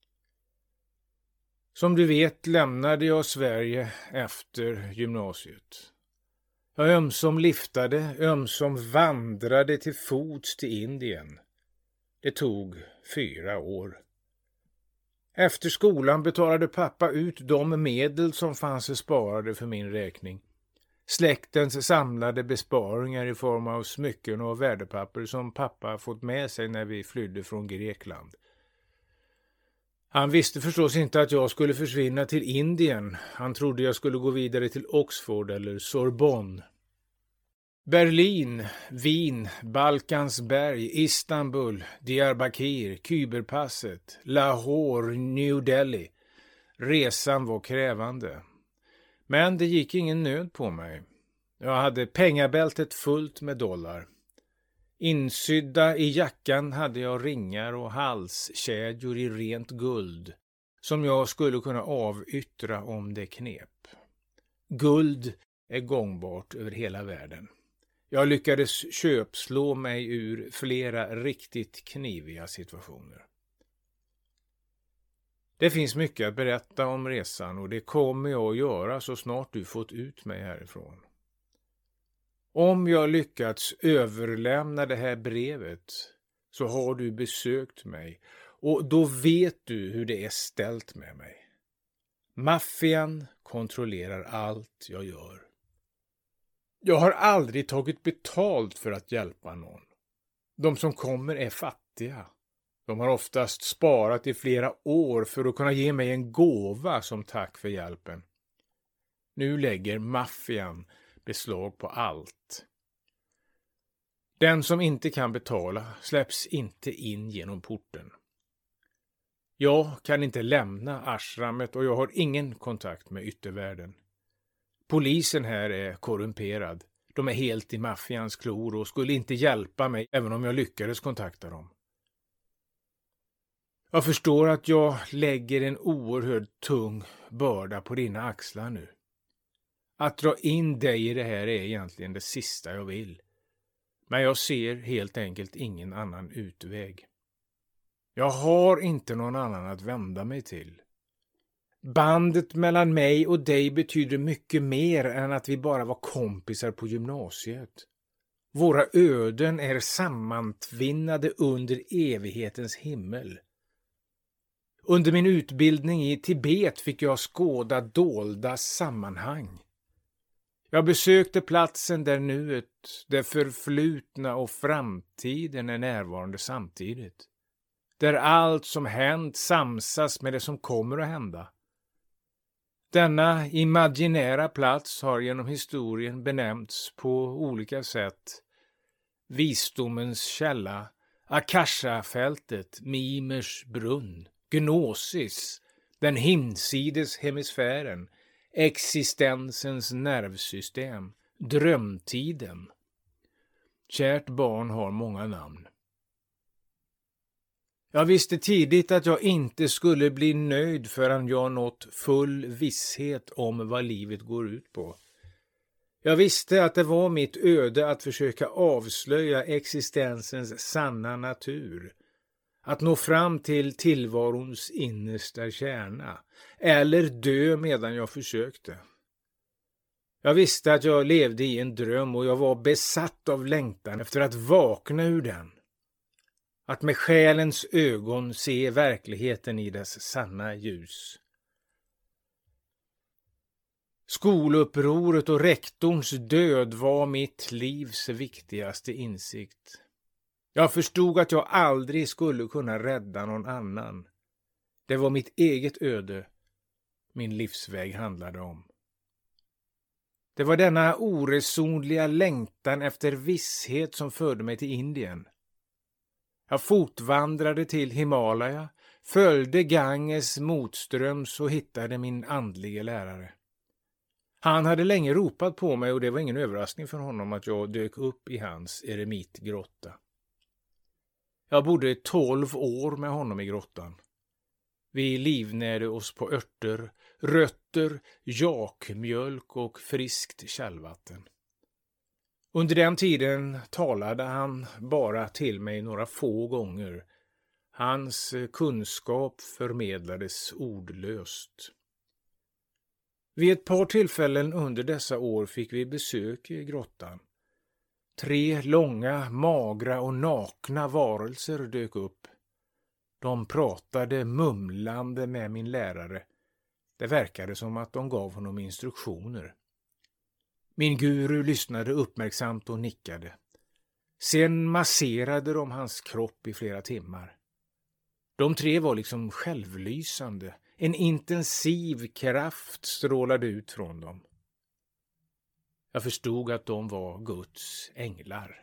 S1: Som du vet lämnade jag Sverige efter gymnasiet. Jag ömsom liftade, ömsom vandrade till fots till Indien. Det tog 4 år. Efter skolan betalade pappa ut de medel som fanns sparade för min räkning. Släktens samlade besparingar i form av smycken och värdepapper som pappa fått med sig när vi flydde från Grekland. Han visste förstås inte att jag skulle försvinna till Indien. Han trodde jag skulle gå vidare till Oxford eller Sorbonne. Berlin, Wien, Balkansberg, Istanbul, Diyarbakir, Kyberpasset, Lahore, New Delhi. Resan var krävande. Men det gick ingen nöd på mig. Jag hade pengabältet fullt med dollar. Insydda i jackan hade jag ringar och halskedjor i rent guld som jag skulle kunna avyttra om det knep. Guld är gångbart över hela världen. Jag lyckades köpslå mig ur flera riktigt kniviga situationer. Det finns mycket att berätta om resan och det kommer jag att göra så snart du fått ut mig härifrån. Om jag lyckats överlämna det här brevet så har du besökt mig och då vet du hur det är ställt med mig. Maffian kontrollerar allt jag gör. Jag har aldrig tagit betalt för att hjälpa någon. De som kommer är fattiga. De har oftast sparat i flera år för att kunna ge mig en gåva som tack för hjälpen. Nu lägger maffian beslag på allt. Den som inte kan betala släpps inte in genom porten. Jag kan inte lämna ashramet och jag har ingen kontakt med yttervärlden. Polisen här är korrumperad. De är helt i maffians klor och skulle inte hjälpa mig även om jag lyckades kontakta dem. Jag förstår att jag lägger en oerhört tung börda på dina axlar nu. Att dra in dig i det här är egentligen det sista jag vill. Men jag ser helt enkelt ingen annan utväg. Jag har inte någon annan att vända mig till. Bandet mellan mig och dig betyder mycket mer än att vi bara var kompisar på gymnasiet. Våra öden är sammantvinnade under evighetens himmel. Under min utbildning i Tibet fick jag skåda dolda sammanhang. Jag besökte platsen där nuet, det förflutna och framtiden är närvarande samtidigt. Där allt som hänt samsas med det som kommer att hända. Denna imaginära plats har genom historien benämnts på olika sätt. Visdomens källa, Akasha-fältet, Mimers brunn, Gnosis, den hinsides hemisfären, existensens nervsystem, drömtiden. Kärt barn har många namn. Jag visste tidigt att jag inte skulle bli nöjd förrän jag nått full visshet om vad livet går ut på. Jag visste att det var mitt öde att försöka avslöja existensens sanna natur. Att nå fram till tillvarons innersta kärna. Eller dö medan jag försökte. Jag visste att jag levde i en dröm och jag var besatt av längtan efter att vakna ur den. Att med själens ögon se verkligheten i dess sanna ljus. Skolupproret och rektorns död var mitt livs viktigaste insikt. Jag förstod att jag aldrig skulle kunna rädda någon annan. Det var mitt eget öde min livsväg handlade om. Det var denna oresonliga längtan efter visshet som förde mig till Indien. Jag fotvandrade till Himalaya, följde Ganges motströms och hittade min andlige lärare. Han hade länge ropat på mig och det var ingen överraskning för honom att jag dök upp i hans eremitgrotta. Jag bodde 12 år med honom i grottan. Vi livnärde oss på örter, rötter, jakmjölk och friskt källvatten. Under den tiden talade han bara till mig några få gånger. Hans kunskap förmedlades ordlöst. Vid ett par tillfällen under dessa år fick vi besök i grottan. 3 långa, magra och nakna varelser dök upp. De pratade mumlande med min lärare. Det verkade som att de gav honom instruktioner. Min guru lyssnade uppmärksamt och nickade. Sen masserade de hans kropp i flera timmar. De 3 var liksom självlysande. En intensiv kraft strålade ut från dem. Jag förstod att de var Guds änglar.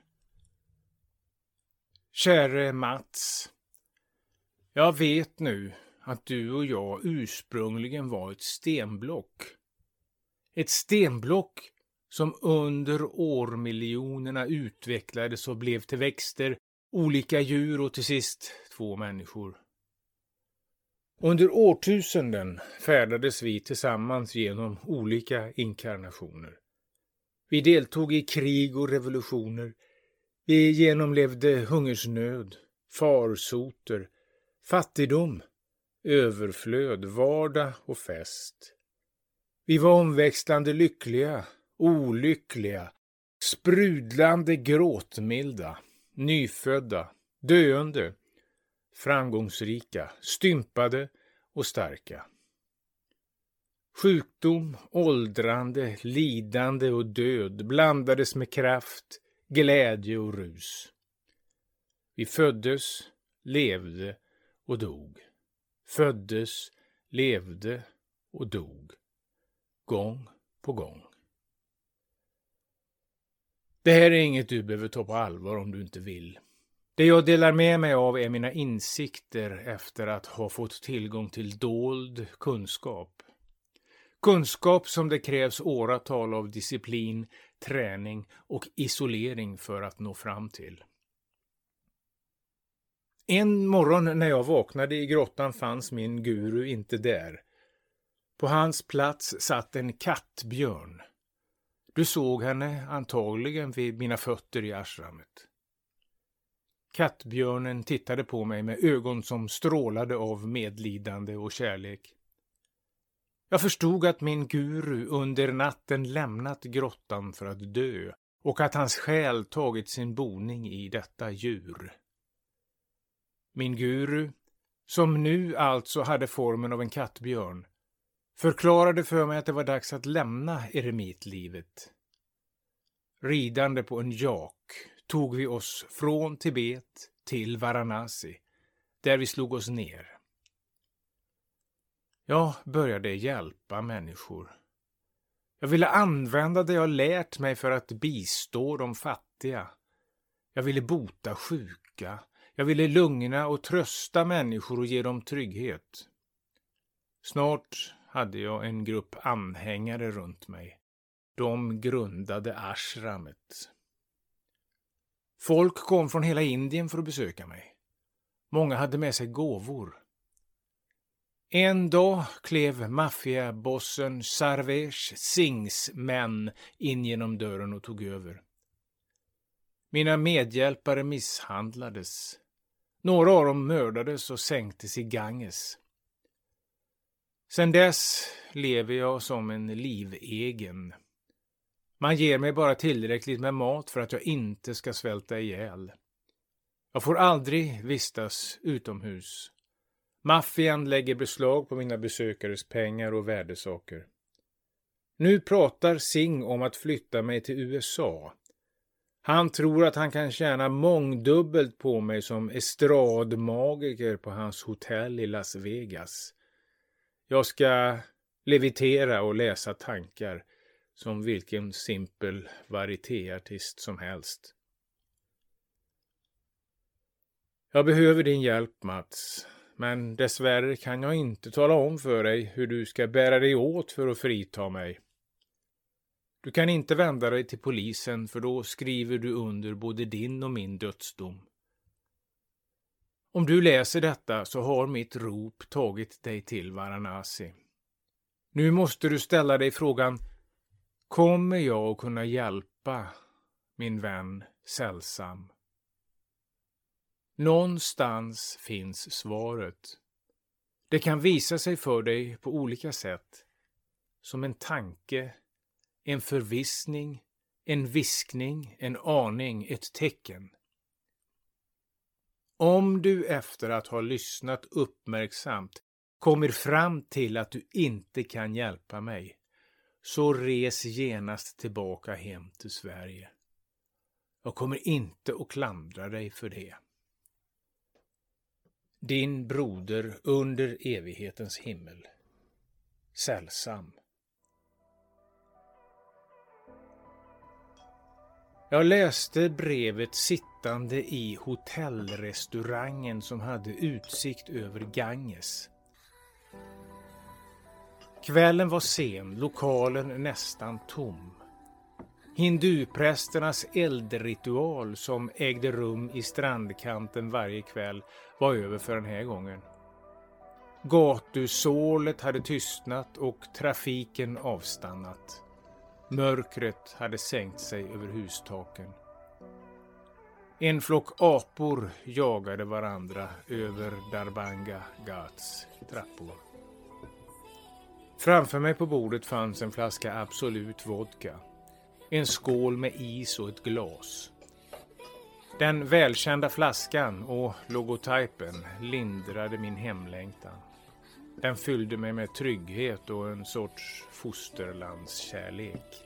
S1: Käre Mats, jag vet nu att du och jag ursprungligen var ett stenblock. Ett stenblock som under årmiljonerna utvecklades och blev till växter, olika djur och till sist 2 människor. Under årtusenden färdades vi tillsammans genom olika inkarnationer. Vi deltog i krig och revolutioner. Vi genomlevde hungersnöd, farsoter, fattigdom, överflöd, vardag och fest. Vi var omväxlande lyckliga, olyckliga, sprudlande gråtmilda, nyfödda, döende, framgångsrika, stympade och starka. Sjukdom, åldrande, lidande och död blandades med kraft, glädje och rus. Vi föddes, levde och dog. Föddes, levde och dog. Gång på gång. Det här är inget du behöver ta på allvar om du inte vill. Det jag delar med mig av är mina insikter efter att ha fått tillgång till dold kunskap. Kunskap som det krävs åratal av disciplin, träning och isolering för att nå fram till. En morgon när jag vaknade i grottan fanns min guru inte där. På hans plats satt en kattbjörn. Du såg henne antagligen vid mina fötter i ashramet. Kattbjörnen tittade på mig med ögon som strålade av medlidande och kärlek. Jag förstod att min guru under natten lämnat grottan för att dö och att hans själ tagit sin boning i detta djur. Min guru, som nu alltså hade formen av en kattbjörn, förklarade för mig att det var dags att lämna eremitlivet. Ridande på en jak tog vi oss från Tibet till Varanasi, där vi slog oss ner. Jag började hjälpa människor. Jag ville använda det jag lärt mig för att bistå de fattiga. Jag ville bota sjuka. Jag ville lugna och trösta människor och ge dem trygghet. Snart hade jag en grupp anhängare runt mig. De grundade ashramet. Folk kom från hela Indien för att besöka mig. Många hade med sig gåvor. En dag klev maffiabossen Sarvesh Singhs män in genom dörren och tog över. Mina medhjälpare misshandlades. Några av dem mördades och sänktes i Ganges. Sedan dess lever jag som en livegen. Man ger mig bara tillräckligt med mat för att jag inte ska svälta ihjäl. Jag får aldrig vistas utomhus. Maffian lägger beslag på mina besökares pengar och värdesaker. Nu pratar Singh om att flytta mig till USA. Han tror att han kan tjäna mångdubbelt på mig som estradmagiker på hans hotell i Las Vegas. Jag ska levitera och läsa tankar som vilken simpel varietéartist som helst. Jag behöver din hjälp, Mats, men dessvärre kan jag inte tala om för dig hur du ska bära dig åt för att frita mig. Du kan inte vända dig till polisen för då skriver du under både din och min dödsdom. Om du läser detta så har mitt rop tagit dig till Varanasi. Nu måste du ställa dig frågan: kommer jag att kunna hjälpa min vän Sällsam? Någonstans finns svaret. Det kan visa sig för dig på olika sätt. Som en tanke, en förvissning, en viskning, en aning, ett tecken. Om du efter att ha lyssnat uppmärksamt kommer fram till att du inte kan hjälpa mig, så res genast tillbaka hem till Sverige. Jag kommer inte att klandra dig för det. Din broder under evighetens himmel. Sällsam. Jag läste brevet sittande i hotellrestaurangen som hade utsikt över Ganges. Kvällen var sen, lokalen nästan tom. Hinduprästernas eldritual som ägde rum i strandkanten varje kväll var över för den här gången. Gatusålet hade tystnat och trafiken avstannat. Mörkret hade sänkt sig över hustaken. En flock apor jagade varandra över Darbhanga Ghats trappor. Framför mig på bordet fanns en flaska Absolut vodka. En skål med is och ett glas. Den välkända flaskan och logotypen lindrade min hemlängtan. Den fyllde mig med trygghet och en sorts fosterlandskärlek.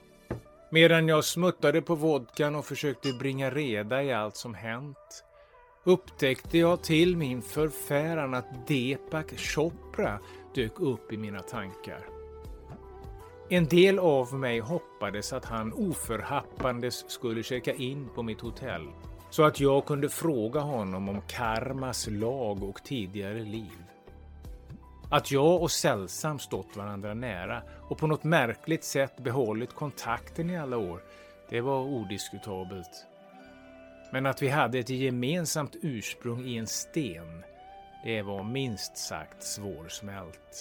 S1: Medan jag smuttade på vodkan och försökte bringa reda i allt som hänt, upptäckte jag till min förfäran att Deepak Chopra dök upp i mina tankar. En del av mig hoppades att han oförhappandes skulle checka in på mitt hotell så att jag kunde fråga honom om karmas lag och tidigare liv. Att jag och Sällsam stått varandra nära och på något märkligt sätt behållit kontakten i alla år, det var odiskutabelt. Men att vi hade ett gemensamt ursprung i en sten, det var minst sagt svårsmält.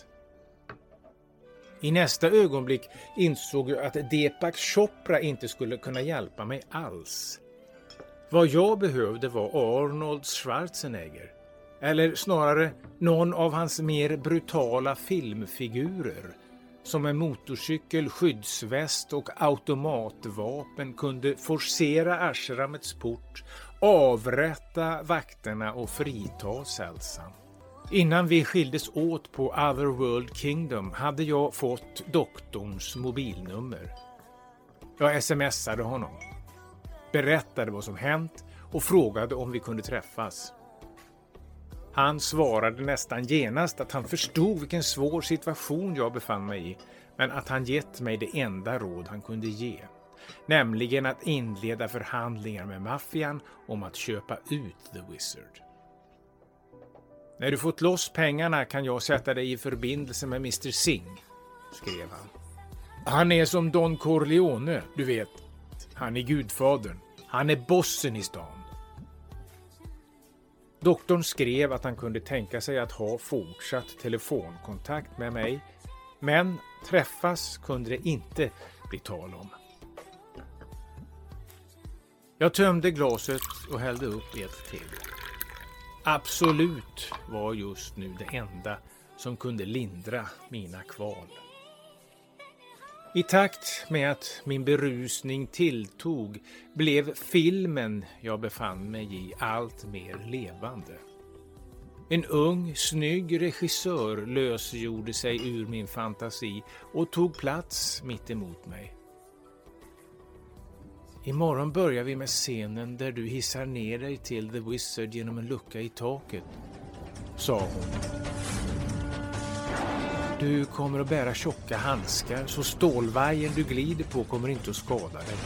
S1: I nästa ögonblick insåg jag att Deepak Chopra inte skulle kunna hjälpa mig alls. Vad jag behövde var Arnold Schwarzenegger. Eller snarare någon av hans mer brutala filmfigurer som med motorcykel, skyddsväst och automatvapen kunde forcera ashramets port, avrätta vakterna och frita Sällsam. Innan vi skildes åt på Otherworld Kingdom hade jag fått doktorns mobilnummer. Jag smsade honom, berättade vad som hänt och frågade om vi kunde träffas. Han svarade nästan genast att han förstod vilken svår situation jag befann mig i, men att han gett mig det enda råd han kunde ge. Nämligen att inleda förhandlingar med maffian om att köpa ut The Wizard. När du fått loss pengarna kan jag sätta dig i förbindelse med Mr. Singh, skrev han. Han är som Don Corleone, du vet. Han är gudfadern. Han är bossen i stan. Doktorn skrev att han kunde tänka sig att ha fortsatt telefonkontakt med mig, men träffas kunde det inte bli tal om. Jag tömde glaset och hällde upp ett till. Absolut var just nu det enda som kunde lindra mina kval. I takt med att min berusning tilltog blev filmen jag befann mig i allt mer levande. En ung, snygg regissör lösgjorde sig ur min fantasi och tog plats mitt emot mig. Imorgon börjar vi med scenen där du hissar ner dig till The Wizard genom en lucka i taket, sa hon. Du kommer att bära tjocka handskar så stålvajern du glider på kommer inte att skada dig.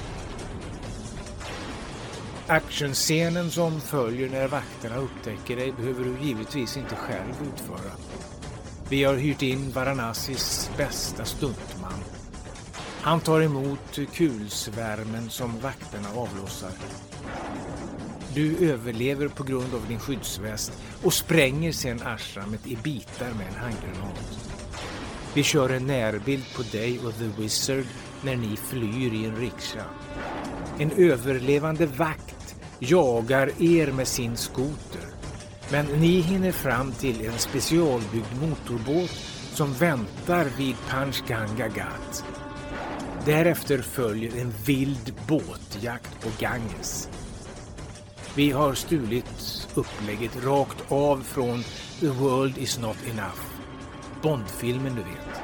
S1: Actionscenen som följer när vakterna upptäcker dig behöver du givetvis inte själv utföra. Vi har hyrt in Varanasis bästa stuntman. Han tar emot kulsvärmen som vakterna avlossar. Du överlever på grund av din skyddsväst och spränger sedan ashramet i bitar med en handgranat. Vi kör en närbild på dig och The Wizard när ni flyr i en rikscha. En överlevande vakt jagar er med sin skoter. Men ni hinner fram till en specialbyggd motorbåt som väntar vid Panchganga Ghat. Därefter följer en vild båtjakt på Ganges. Vi har stulit upplägget rakt av från The World is not enough. Bondfilmen, du vet.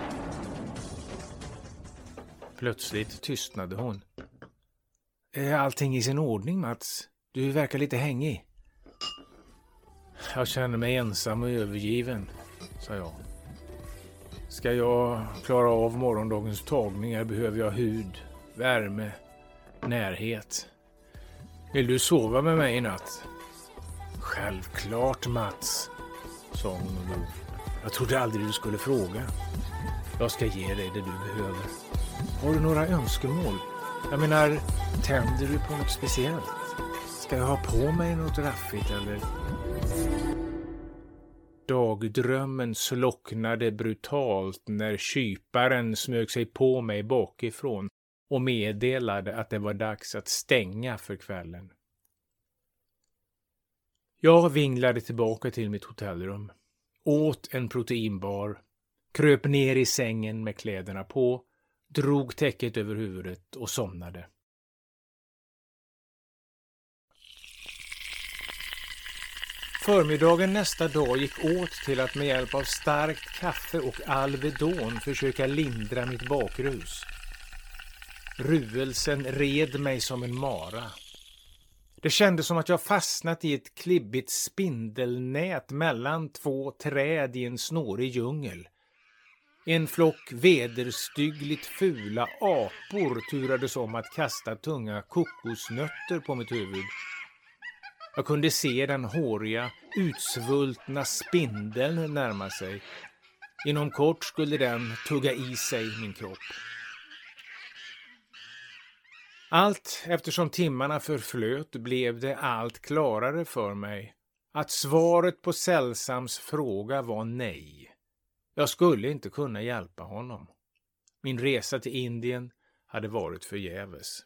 S1: Plötsligt tystnade hon. Är allting i sin ordning, Mats? Du verkar lite hängig. Jag känner mig ensam och övergiven, sa jag. Ska jag klara av morgondagens tagningar behöver jag hud, värme, närhet. Vill du sova med mig i natt? Självklart, Mats, sa hon och log. Jag trodde aldrig du skulle fråga. Jag ska ge dig det du behöver. Har du några önskemål? Jag menar, tänder du på något speciellt? Ska jag ha på mig något raffigt eller? Dagdrömmen slocknade brutalt när kyparen smög sig på mig bakifrån och meddelade att det var dags att stänga för kvällen. Jag vinglade tillbaka till mitt hotellrum, åt en proteinbar, kröp ner i sängen med kläderna på, drog täcket över huvudet och somnade. Förmiddagen nästa dag gick åt till att med hjälp av starkt kaffe och Alvedon försöka lindra mitt bakrus. Ruelsen red mig som en mara. Det kändes som att jag fastnat i ett klibbigt spindelnät mellan två träd i en snårig djungel. En flock vederstyggligt fula apor turades om att kasta tunga kokosnötter på mitt huvud. Jag kunde se den håriga, utsvultna spindeln närma sig. Inom kort skulle den tugga i sig min kropp. Allt eftersom timmarna förflöt blev det allt klarare för mig att svaret på Sällsams fråga var nej. Jag skulle inte kunna hjälpa honom. Min resa till Indien hade varit förgäves.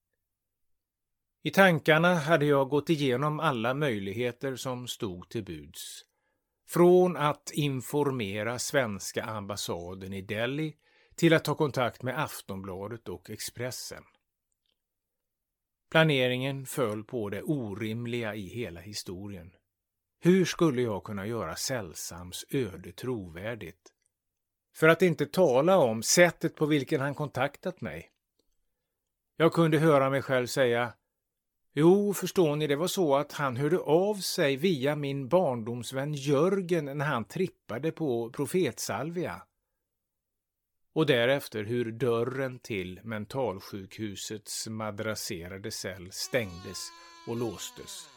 S1: I tankarna hade jag gått igenom alla möjligheter som stod till buds. Från att informera svenska ambassaden i Delhi till att ta kontakt med Aftonbladet och Expressen. Planeringen föll på det orimliga i hela historien. Hur skulle jag kunna göra Sällsams öde trovärdigt? För att inte tala om sättet på vilken han kontaktat mig. Jag kunde höra mig själv säga: jo, förstår ni, det var så att han hörde av sig via min barndomsvän Jörgen när han trippade på profetsalvia. Och därefter hur dörren till mentalsjukhusets madrasserade cell stängdes och låstes.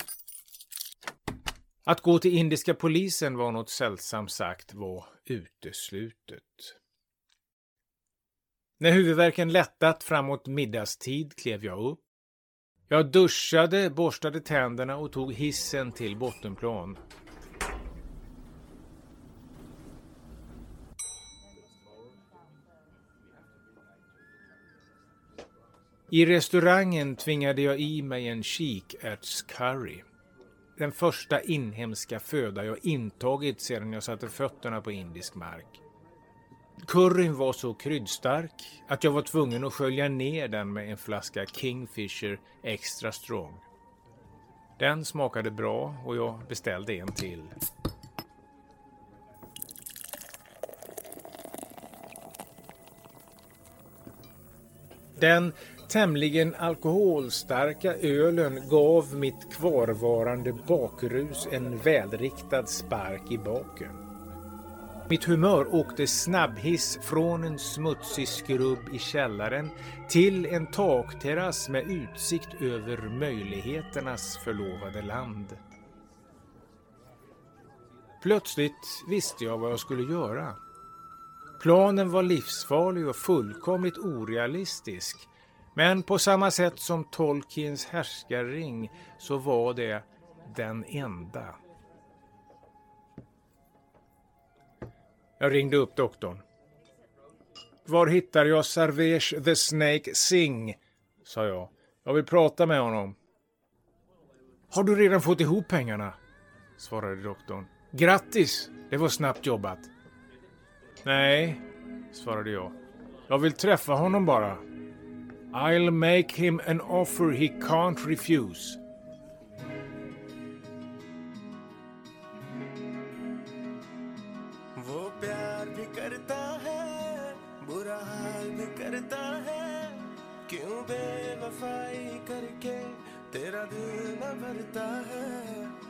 S1: Att gå till indiska polisen var något Sällsamt sagt var uteslutet. När huvudvärken lättat framåt middagstid klev jag upp. Jag duschade, borstade tänderna och tog hissen till bottenplan. I restaurangen tvingade jag i mig en kikärtscurry. Den första inhemska föda jag intagit sedan jag satte fötterna på indisk mark. Curryn var så kryddstark att jag var tvungen att skölja ner den med en flaska Kingfisher Extra Strong. Den smakade bra och jag beställde en till. Den tämligen alkoholstarka ölen gav mitt kvarvarande bakrus en välriktad spark i baken. Mitt humör åkte snabbhiss från en smutsig skrubb i källaren till en takterrass med utsikt över möjligheternas förlovade land. Plötsligt visste jag vad jag skulle göra. Planen var livsfarlig och fullkomligt orealistisk. Men på samma sätt som Tolkiens härskarring så var det den enda. Jag ringde upp doktorn. Var hittar jag Sarvesh the Snake Singh? Sa jag. Jag vill prata med honom. Har du redan fått ihop pengarna? Svarade doktorn. Grattis, det var snabbt jobbat. Nej, svarade jag. Jag vill träffa honom bara. I'll make him an offer he can't refuse.
S2: वो प्यार भी करता है, बुरा हाल भी करता है, क्यों बेवफाई करके तेरा दिल न भरता है.